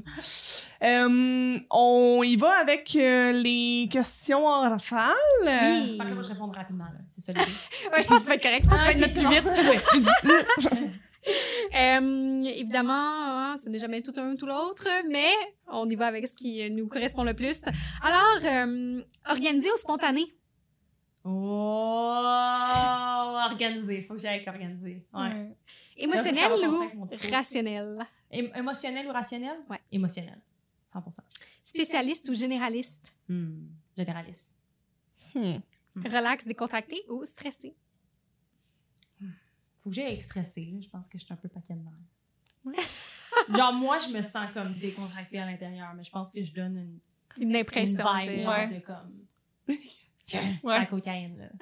On y va avec les questions en rafale. Oui. Fait que moi, je réponds rapidement, là. C'est ça l'idée. Ouais, je pense que tu vas être correct. Je pense que tu vas être notre plus vite. Évidemment, ce n'est jamais tout un ou tout l'autre, mais on y va avec ce qui nous correspond le plus. Alors, organisé ou spontané? Oh, organisé. Faut que j'aille avec organisé. Ouais. Émotionnel ou rationnel? Émotionnel ou rationnel? Ouais. Émotionnel. 100%. Spécialiste ou généraliste? Généraliste. Relax, décontracté ou stressé? Faut que j'aille stressé, là. Je pense que je suis un peu paquet de nerfs. Genre, moi, je me sens comme décontractée à l'intérieur, mais je pense que je donne une impression une vibe, genre de comme... C'est la cocaïne, là.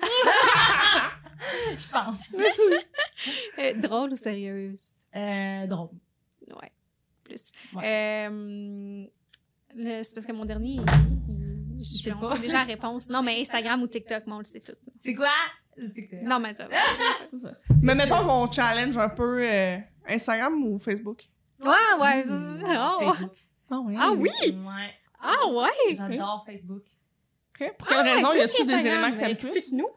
Je pense. Drôle ou sérieuse? Drôle. Ouais. Plus. Ouais. C'est parce que mon dernier, on sait déjà la réponse. Non, mais Instagram ou TikTok, moi, on le sait tout. C'est quoi? TikTok. Non, mais toi. Mais mettons qu'on challenge un peu Instagram ou Facebook. Ouais. Facebook. Ah oui? Ouais. Ah ouais? J'adore Facebook. Okay. Pour quelle raison? Y a-t-il des éléments que t'aimes plus? Explique-nous.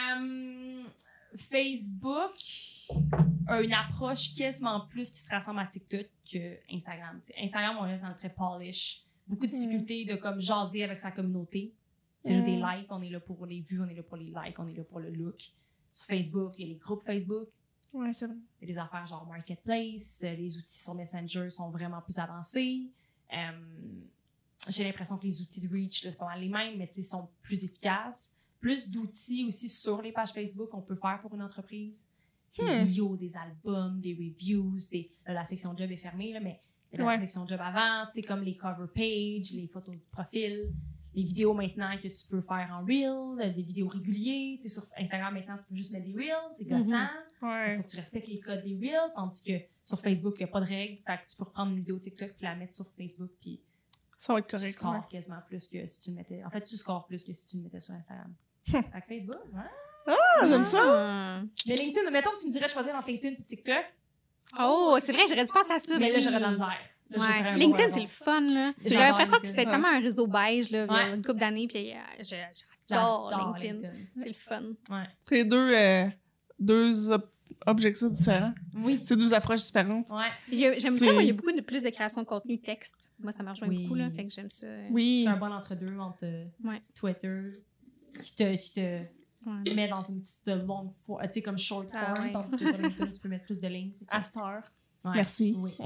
Facebook a une approche quasiment plus qui se rassemble à TikTok que Instagram. T'sais, Instagram, on reste dans le très polish. Beaucoup de difficultés de comme jaser avec sa communauté. C'est juste des likes, on est là pour les vues, on est là pour les likes, on est là pour le look. Sur Facebook, il y a les groupes Facebook. Ouais, c'est vrai. Il y a des affaires genre Marketplace, les outils sur Messenger sont vraiment plus avancés. J'ai l'impression que les outils de Reach, là, c'est pas mal les mêmes, mais sont plus efficaces. Plus d'outils aussi sur les pages Facebook qu'on peut faire pour une entreprise. Des vidéos, des albums, des reviews, la section job est fermée, là, mais la section job avant, comme les cover pages, les photos de profil, les vidéos maintenant que tu peux faire en Reel, des vidéos réguliers. Sur Instagram maintenant, tu peux juste mettre des Reels, c'est gossant. Parce que tu respectes les codes des Reels, tandis que sur Facebook, il n'y a pas de règles. Fait que tu peux reprendre une vidéo TikTok et la mettre sur Facebook, puis ça va être correct. Tu scores quasiment plus que si tu le mettais. En fait, tu scores plus que si tu le mettais sur Instagram. Avec Facebook, Ah, j'aime ça! Mais LinkedIn, mettons que tu me dirais de choisir entre LinkedIn et TikTok. Oh, c'est vrai, j'aurais dû penser à ça. Mais là, j'aurais dans le misère. LinkedIn, c'est le fun, là. J'avais l'impression que c'était tellement un réseau beige, là, il y a une couple d'années, puis j'adore LinkedIn. C'est le fun. Ouais. C'est les deux objectifs différents. Oui. C'est 2 approches différentes. Ouais. J'aime ça, moi, il y a beaucoup plus de création de contenu texte. Moi, ça marche beaucoup, là, fait que j'aime ça. Oui. C'est un bon entre-deux entre Twitter qui te met dans une petite longue forme, tu sais, comme short form, tandis que sur LinkedIn, tu peux mettre plus de lignes. À cette heure. Ouais. Merci. Oui.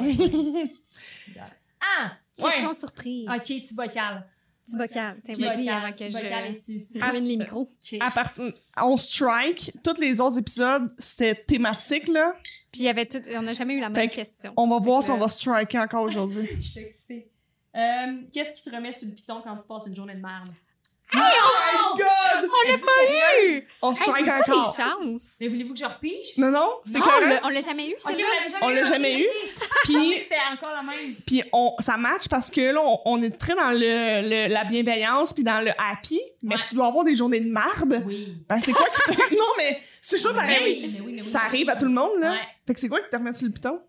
Ah! Question surprise. OK, petit bocal. Petit bocal. Vas-y, avant que je ramène les micros. On strike. Tous les autres épisodes, c'était thématique, là. Puis il y avait on n'a jamais eu la même question. On va voir si on va striker encore aujourd'hui. Je suis excitée. Qu'est-ce qui te remet sur le piton quand tu passes une journée de merde? Oh my God! On l'a pas eu! On strike encore. Pas les chances. Mais voulez-vous que je repige? Non, c'était correct. On l'a jamais eu, OK, on l'a jamais eu. Puis c'était encore la même. Puis ça match parce que là, on est très dans la bienveillance puis dans le happy, mais tu dois avoir des journées de marde. Oui. Ben, c'est quoi qui te... Non, mais c'est ça pareil. Mais oui, ça arrive à tout le monde, là. Ouais. Fait que c'est quoi qui te remet sur le piton?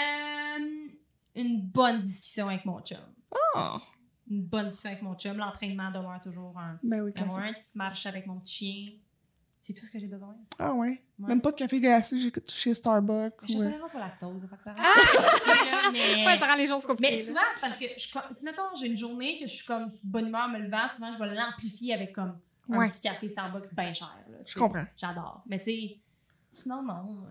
Une bonne discussion avec mon chum. Oh. Une bonne discussion avec mon chum. L'entraînement demeure toujours un... Ben oui, d'avoir une petite marche avec mon petit chien. C'est tout ce que j'ai besoin. Ah ouais? Même pas de café glacé chez Starbucks. Je suis tolérante au lactose, ça fait que ça rend... Ouais, ça rend les choses compliquées. Mais souvent, c'est parce que, si mettons, j'ai une journée que je suis comme de bonne humeur me levant, souvent, je vais l'amplifier avec comme un petit café Starbucks bien cher. Là, je comprends. J'adore. Mais tu sais, sinon, non.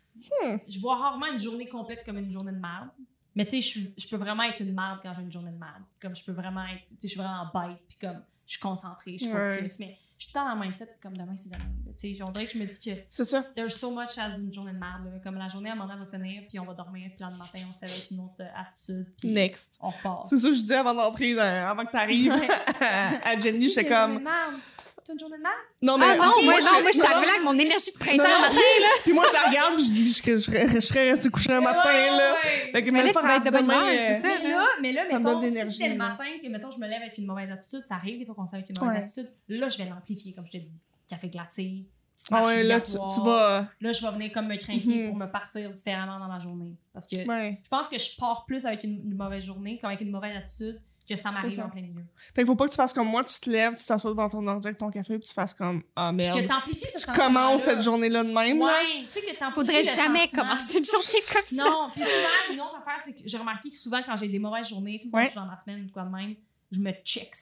Je vois rarement une journée complète comme une journée de merde. Mais tu sais, je peux vraiment être une merde quand j'ai une journée de merde. Comme je peux vraiment être, tu sais, je suis vraiment bête, puis comme je suis concentrée, je focus. Mais je suis tout le temps dans le mindset comme demain, c'est demain. Tu sais, on dirait que je me dis que c'est ça. There's so much as une journée de merde. Là. Comme la journée, à un moment donné, va finir, puis on va dormir, puis le matin, on se lève avec une autre attitude. Next. On repart. C'est ça que je disais avant d'entrer, avant que t'arrives à Jenny, j'étais comme... T'as une journée de merde? Non, mais moi, je suis arrivée là avec mon énergie de printemps le matin, là. Puis moi, je la regarde, puis je dis que je serais restée couchée un matin, là. Mais là, tu vas être de bonne humeur, c'est ça. Mais là, mettons, si c'est le matin, que mettons, je me lève avec une mauvaise attitude, ça arrive des fois qu'on se lève avec une mauvaise attitude, là, je vais l'amplifier, comme je te dis. Café glacé, ah ouais, là, tu vas... Là, je vais venir comme me craquer pour me partir différemment dans ma journée. Parce que je pense que je pars plus avec une mauvaise journée qu'avec une mauvaise attitude, que ça m'arrive en plein milieu. Fait qu'il faut pas que tu fasses comme moi, tu te lèves, tu t'assois devant ton ordi avec ton café, puis tu fasses comme ah merde. Que t'amplifies ce tu commences cette journée-là de même. Ouais, là. tu sais que t'amplifies. Faudrait jamais commencer une journée comme ça. Non, puis souvent, une autre affaire, c'est que j'ai remarqué que souvent, quand j'ai des mauvaises journées, tu sais, quand je suis dans ma semaine ou quoi de même, je me checks.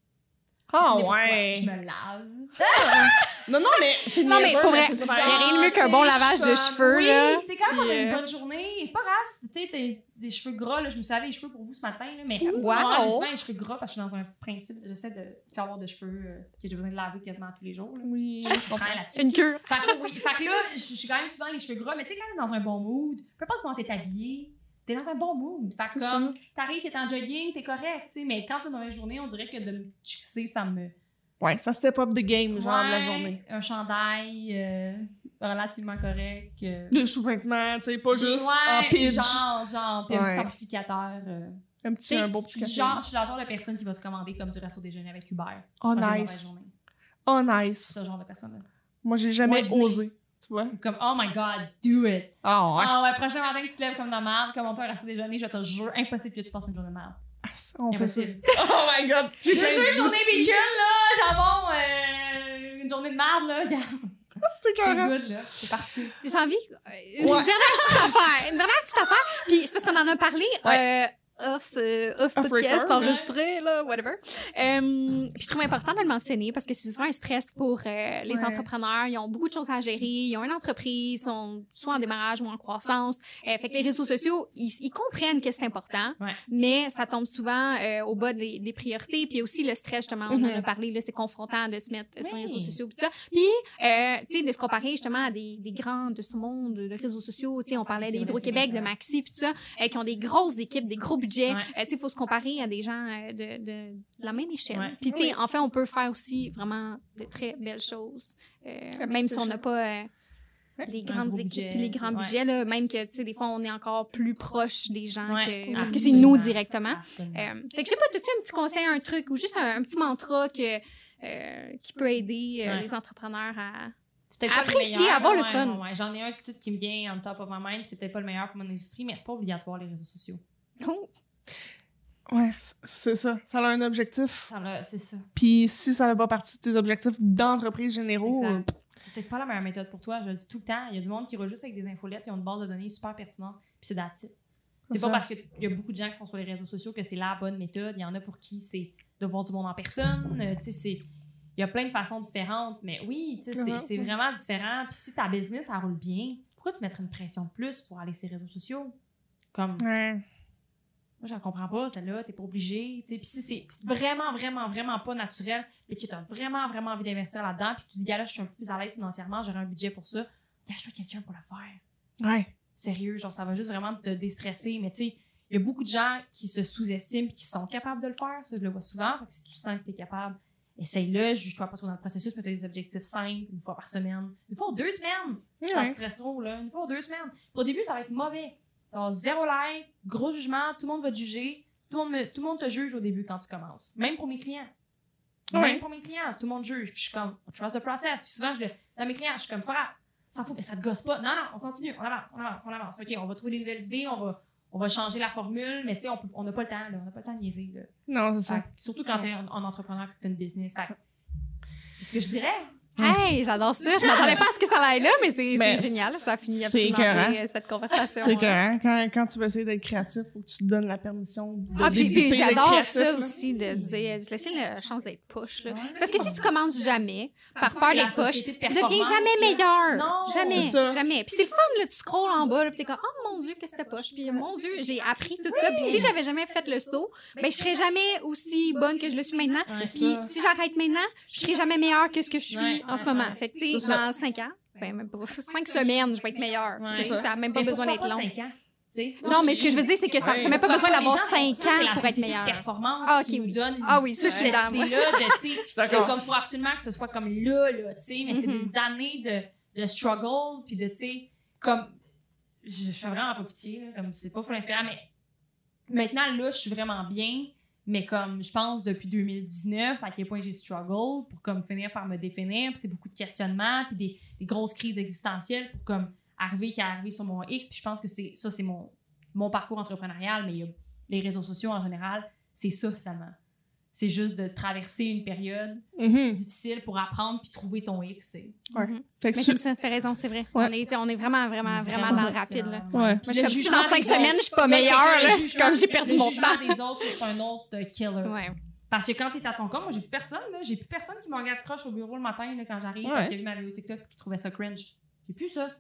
Ah ouais. Je me lave. Non, mais c'est non, mais pour vrai, il n'y a rien de mieux qu'un bon lavage de cheveux, là. Tu sais, quand on a une bonne journée, pas grave, tu sais, t'as des cheveux gras, là, je me suis lavé les cheveux pour vous ce matin, là, mais moi, j'ai souvent les cheveux gras parce que je suis dans un principe, j'essaie de faire avoir des cheveux que j'ai besoin de laver quasiment tous les jours. Là. Oui, je travaille là-dessus. Une cure. Fait que là, je suis quand même souvent les cheveux gras, mais tu sais, quand t'es dans un bon mood, peu importe comment t'es habillé, t'es dans un bon mood. Fait que comme, t'arrives, t'es en jogging, t'es correct, tu sais, mais quand t'as une mauvaise journée, on dirait que de me chixer, ça me... Ouais, ça step up the game, genre, de la journée. Un chandail relativement correct. Des sous-vêtements, tu sais, pas juste en pitch. Genre, puis un petit amplificateur. Un beau petit café. Genre, je suis le genre de personne qui va se commander comme du resto déjeuner avec Uber. Oh, nice. Oh, nice. C'est ce genre de personne-là. Moi, j'ai jamais osé. Tu vois? Comme, oh my god, do it. Oh, ouais. Ah ouais, prochain matin que tu te lèves comme de la merde, commande-toi un resto déjeuner, je te jure, impossible que tu passes une journée de merde. Ah, on fait ça. Impossible. Oh my god! J'ai plein de journée bacon, là, jambon, une journée de merde, là, regarde. C'était carré. Good, là. C'est parti. J'ai envie. Une dernière petite affaire. Puis c'est parce qu'on en a parlé. Off podcast enregistré, là, whatever. Puis je trouve important de le mentionner parce que c'est souvent un stress pour les entrepreneurs. Ils ont beaucoup de choses à gérer. Ils ont une entreprise, ils sont soit en démarrage ou en croissance. Fait que les réseaux sociaux, ils comprennent que c'est important, mais ça tombe souvent au bas des priorités. Puis il y a aussi le stress, justement, on en a parlé, là, c'est confrontant de se mettre sur les réseaux sociaux et tout ça. Puis, tu sais, de se comparer justement à des grands de ce monde de réseaux sociaux. Tu sais, on parlait d'Hydro-Québec, de Maxi, puis tout ça, qui ont des grosses équipes, des gros budget. Tu sais, il faut se comparer à des gens de la même échelle. Puis, tu sais, en fait, on peut faire aussi vraiment de très belles choses, même si on n'a pas les grandes équipes et les grands budgets, là, même que, tu sais, des fois, on est encore plus proche des gens parce que c'est nous directement. Fait que, je sais pas, as-tu un petit conseil, un truc ou juste un petit mantra qui peut aider les entrepreneurs à... apprécier, avoir le fun. J'en ai un petit qui me vient en top of my mind, puis c'est peut-être pas le meilleur pour mon industrie, mais c'est pas obligatoire, les réseaux sociaux. Oh. Ouais, c'est ça. Ça a un objectif. C'est ça. Puis si ça fait pas partie de tes objectifs d'entreprise généraux, c'est peut-être pas la meilleure méthode pour toi. Je le dis tout le temps. Il y a du monde qui roule juste avec des infolettes, ils ont une base de données super pertinente, puis c'est that's it. C'est pas parce qu'il y a beaucoup de gens qui sont sur les réseaux sociaux que c'est la bonne méthode. Il y en a pour qui c'est de voir du monde en personne. Il y a plein de façons différentes. Mais oui, c'est vraiment différent. Puis si ta business, ça roule bien, pourquoi tu mettrais une pression de plus pour aller sur les réseaux sociaux? Comme... Moi, j'en comprends pas, celle-là. T'es pas obligé. Puis si c'est vraiment, vraiment, vraiment pas naturel et que t'as vraiment, vraiment envie d'investir là-dedans, puis tu dis, là, je suis un peu plus à l'aise financièrement, j'aurai un budget pour ça, achète-toi quelqu'un pour le faire. Ouais. Sérieux, genre ça va juste vraiment te déstresser, mais tu sais, il y a beaucoup de gens qui se sous-estiment et qui sont capables de le faire, ça je le vois souvent, fait que si tu sens que t'es capable, essaye-le, juge-toi pas trop dans le processus, mais t'as des objectifs simples, une fois par semaine, une fois ou 2 semaines, ça te stresse trop, là, une fois ou 2 semaines. Au début, ça va être mauvais, alors, 0 like, gros jugement, tout le monde va te juger, tout le monde te juge au début quand tu commences, même pour mes clients. Même pour mes clients, tout le monde juge, puis je suis comme, trust the process, puis souvent, dans mes clients, je suis comme, pas grave. Ça fout, mais ça te gosse pas. Non, on continue, on avance. OK, on va trouver des nouvelles idées, on va changer la formule, mais tu sais, on n'a pas le temps, là. On n'a pas le temps de niaiser, là. Non, c'est ça. Surtout quand t'es un entrepreneur et que t'as une business. C'est ce que je dirais. Hey, j'adore ça. Je m'attendais pas à ce que ça aille là, mais c'est génial. Ça finit absolument bien cette conversation. C'est écœurant. Quand tu veux essayer d'être créatif, faut que tu te donnes la permission de puis j'adore ça aussi, de se dire, de se laisser la chance d'être push. Là. Parce que si tu commences jamais, par peur d'être push, tu deviens jamais meilleur. Non, jamais. Puis c'est le fun, là, tu scrolls en bas, puis t'es comme, oh mon Dieu, que c'était push. Puis mon Dieu, j'ai appris tout ça. Puis si j'avais jamais fait le saut, ben je serais jamais aussi bonne que je le suis maintenant. Puis si j'arrête maintenant, je serais jamais meilleure que ce que je suis en ce moment. Fait que, tu sais, dans 5 ans, même pas 5 semaines, je vais être meilleure. Ça n'a même pas besoin d'être long. 5 ans? Non, mais ce que je veux dire, c'est que ça n'a même pas besoin d'avoir 5 ans pour être meilleure. Performance oui, ça, je suis dans moi. Comme faut absolument que ce soit comme là, tu sais, mais c'est des années de struggle, puis de, tu sais, comme, je fais vraiment pas pitié, comme, c'est pas full inspirant, mais maintenant, là, je suis vraiment bien. Mais comme, je pense, depuis 2019, à quel point j'ai struggle pour comme finir par me définir, puis c'est beaucoup de questionnements, puis des grosses crises existentielles pour comme arriver sur mon X, puis je pense que c'est mon parcours entrepreneurial, mais il y a les réseaux sociaux en général, c'est ça finalement. C'est juste de traverser une période difficile pour apprendre puis trouver ton X, tu sais. Mais j'aime ça, t'as raison, c'est vrai. On est vraiment dans le rapide, là. Ouais. Moi, je suis comme si dans 5 semaines, je suis pas meilleure, là. C'est comme j'ai perdu mon temps. Le jugement des autres, c'est un autre killer. Ouais. Parce que quand t'es à ton compte, moi, j'ai plus personne qui me regarde croche au bureau le matin, là, quand j'arrive, parce qu'il a vu ma vidéo TikTok et qui trouvait ça cringe. J'ai plus ça.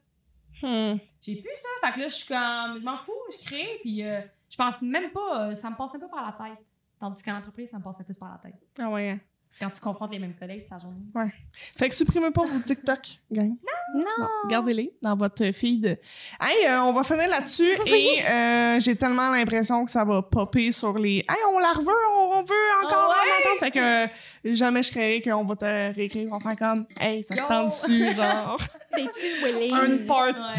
J'ai plus ça. Fait que là, je suis comme, je m'en fous, je crée, puis je pense même pas, ça me passe même pas par la tête. Tandis qu'en entreprise, ça me passait plus par la tête. Ah ouais. Quand tu confrontes les mêmes collègues toute la journée. Ouais. Fait que supprimez pas vos TikTok, gang. Non. Gardez-les dans votre feed. Hey, on va finir là-dessus et j'ai tellement l'impression que ça va popper sur les « Hey, on la reveut, on veut encore l'entendre. » Fait que jamais je créerais qu'on va te réécrire. On va faire comme « Hey, ça te tente dessus, genre. » T'es-tu willing? Un part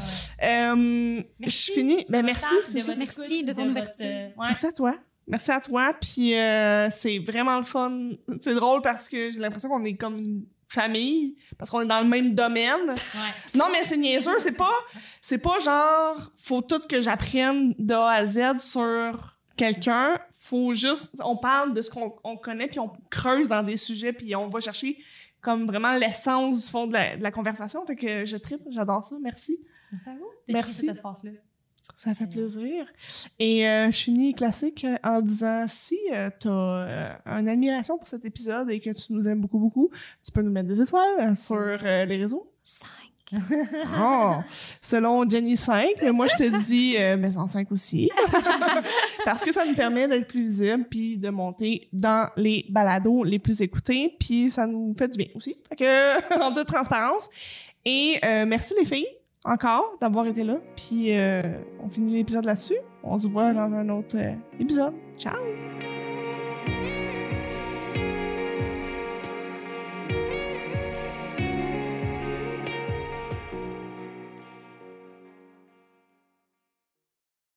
2. Je finis. Ben, merci. Merci de ton ouverture. Merci à toi. Merci à toi, puis c'est vraiment le fun. C'est drôle parce que j'ai l'impression qu'on est comme une famille, parce qu'on est dans le même domaine. Ouais. Non, mais c'est niaiseux, c'est pas genre, faut tout que j'apprenne de A à Z sur quelqu'un. Faut juste, on parle de ce qu'on connaît, puis on creuse dans des sujets, puis on va chercher comme vraiment l'essence du fond de la conversation. Fait que je tripe, j'adore ça. Merci. Merci. Cette phase-là. Ça fait plaisir. Et je finis classique en disant, si t'as une admiration pour cet épisode et que tu nous aimes beaucoup, beaucoup, tu peux nous mettre des étoiles sur les réseaux. 5. Oh, selon Jenny 5, moi je te dis, mais en 5 aussi. Parce que ça nous permet d'être plus visible puis de monter dans les balados les plus écoutés, puis ça nous fait du bien aussi. Fait que, en toute transparence. Et merci les filles. Encore d'avoir été là, puis on finit l'épisode là-dessus. On se voit dans un autre épisode. Ciao!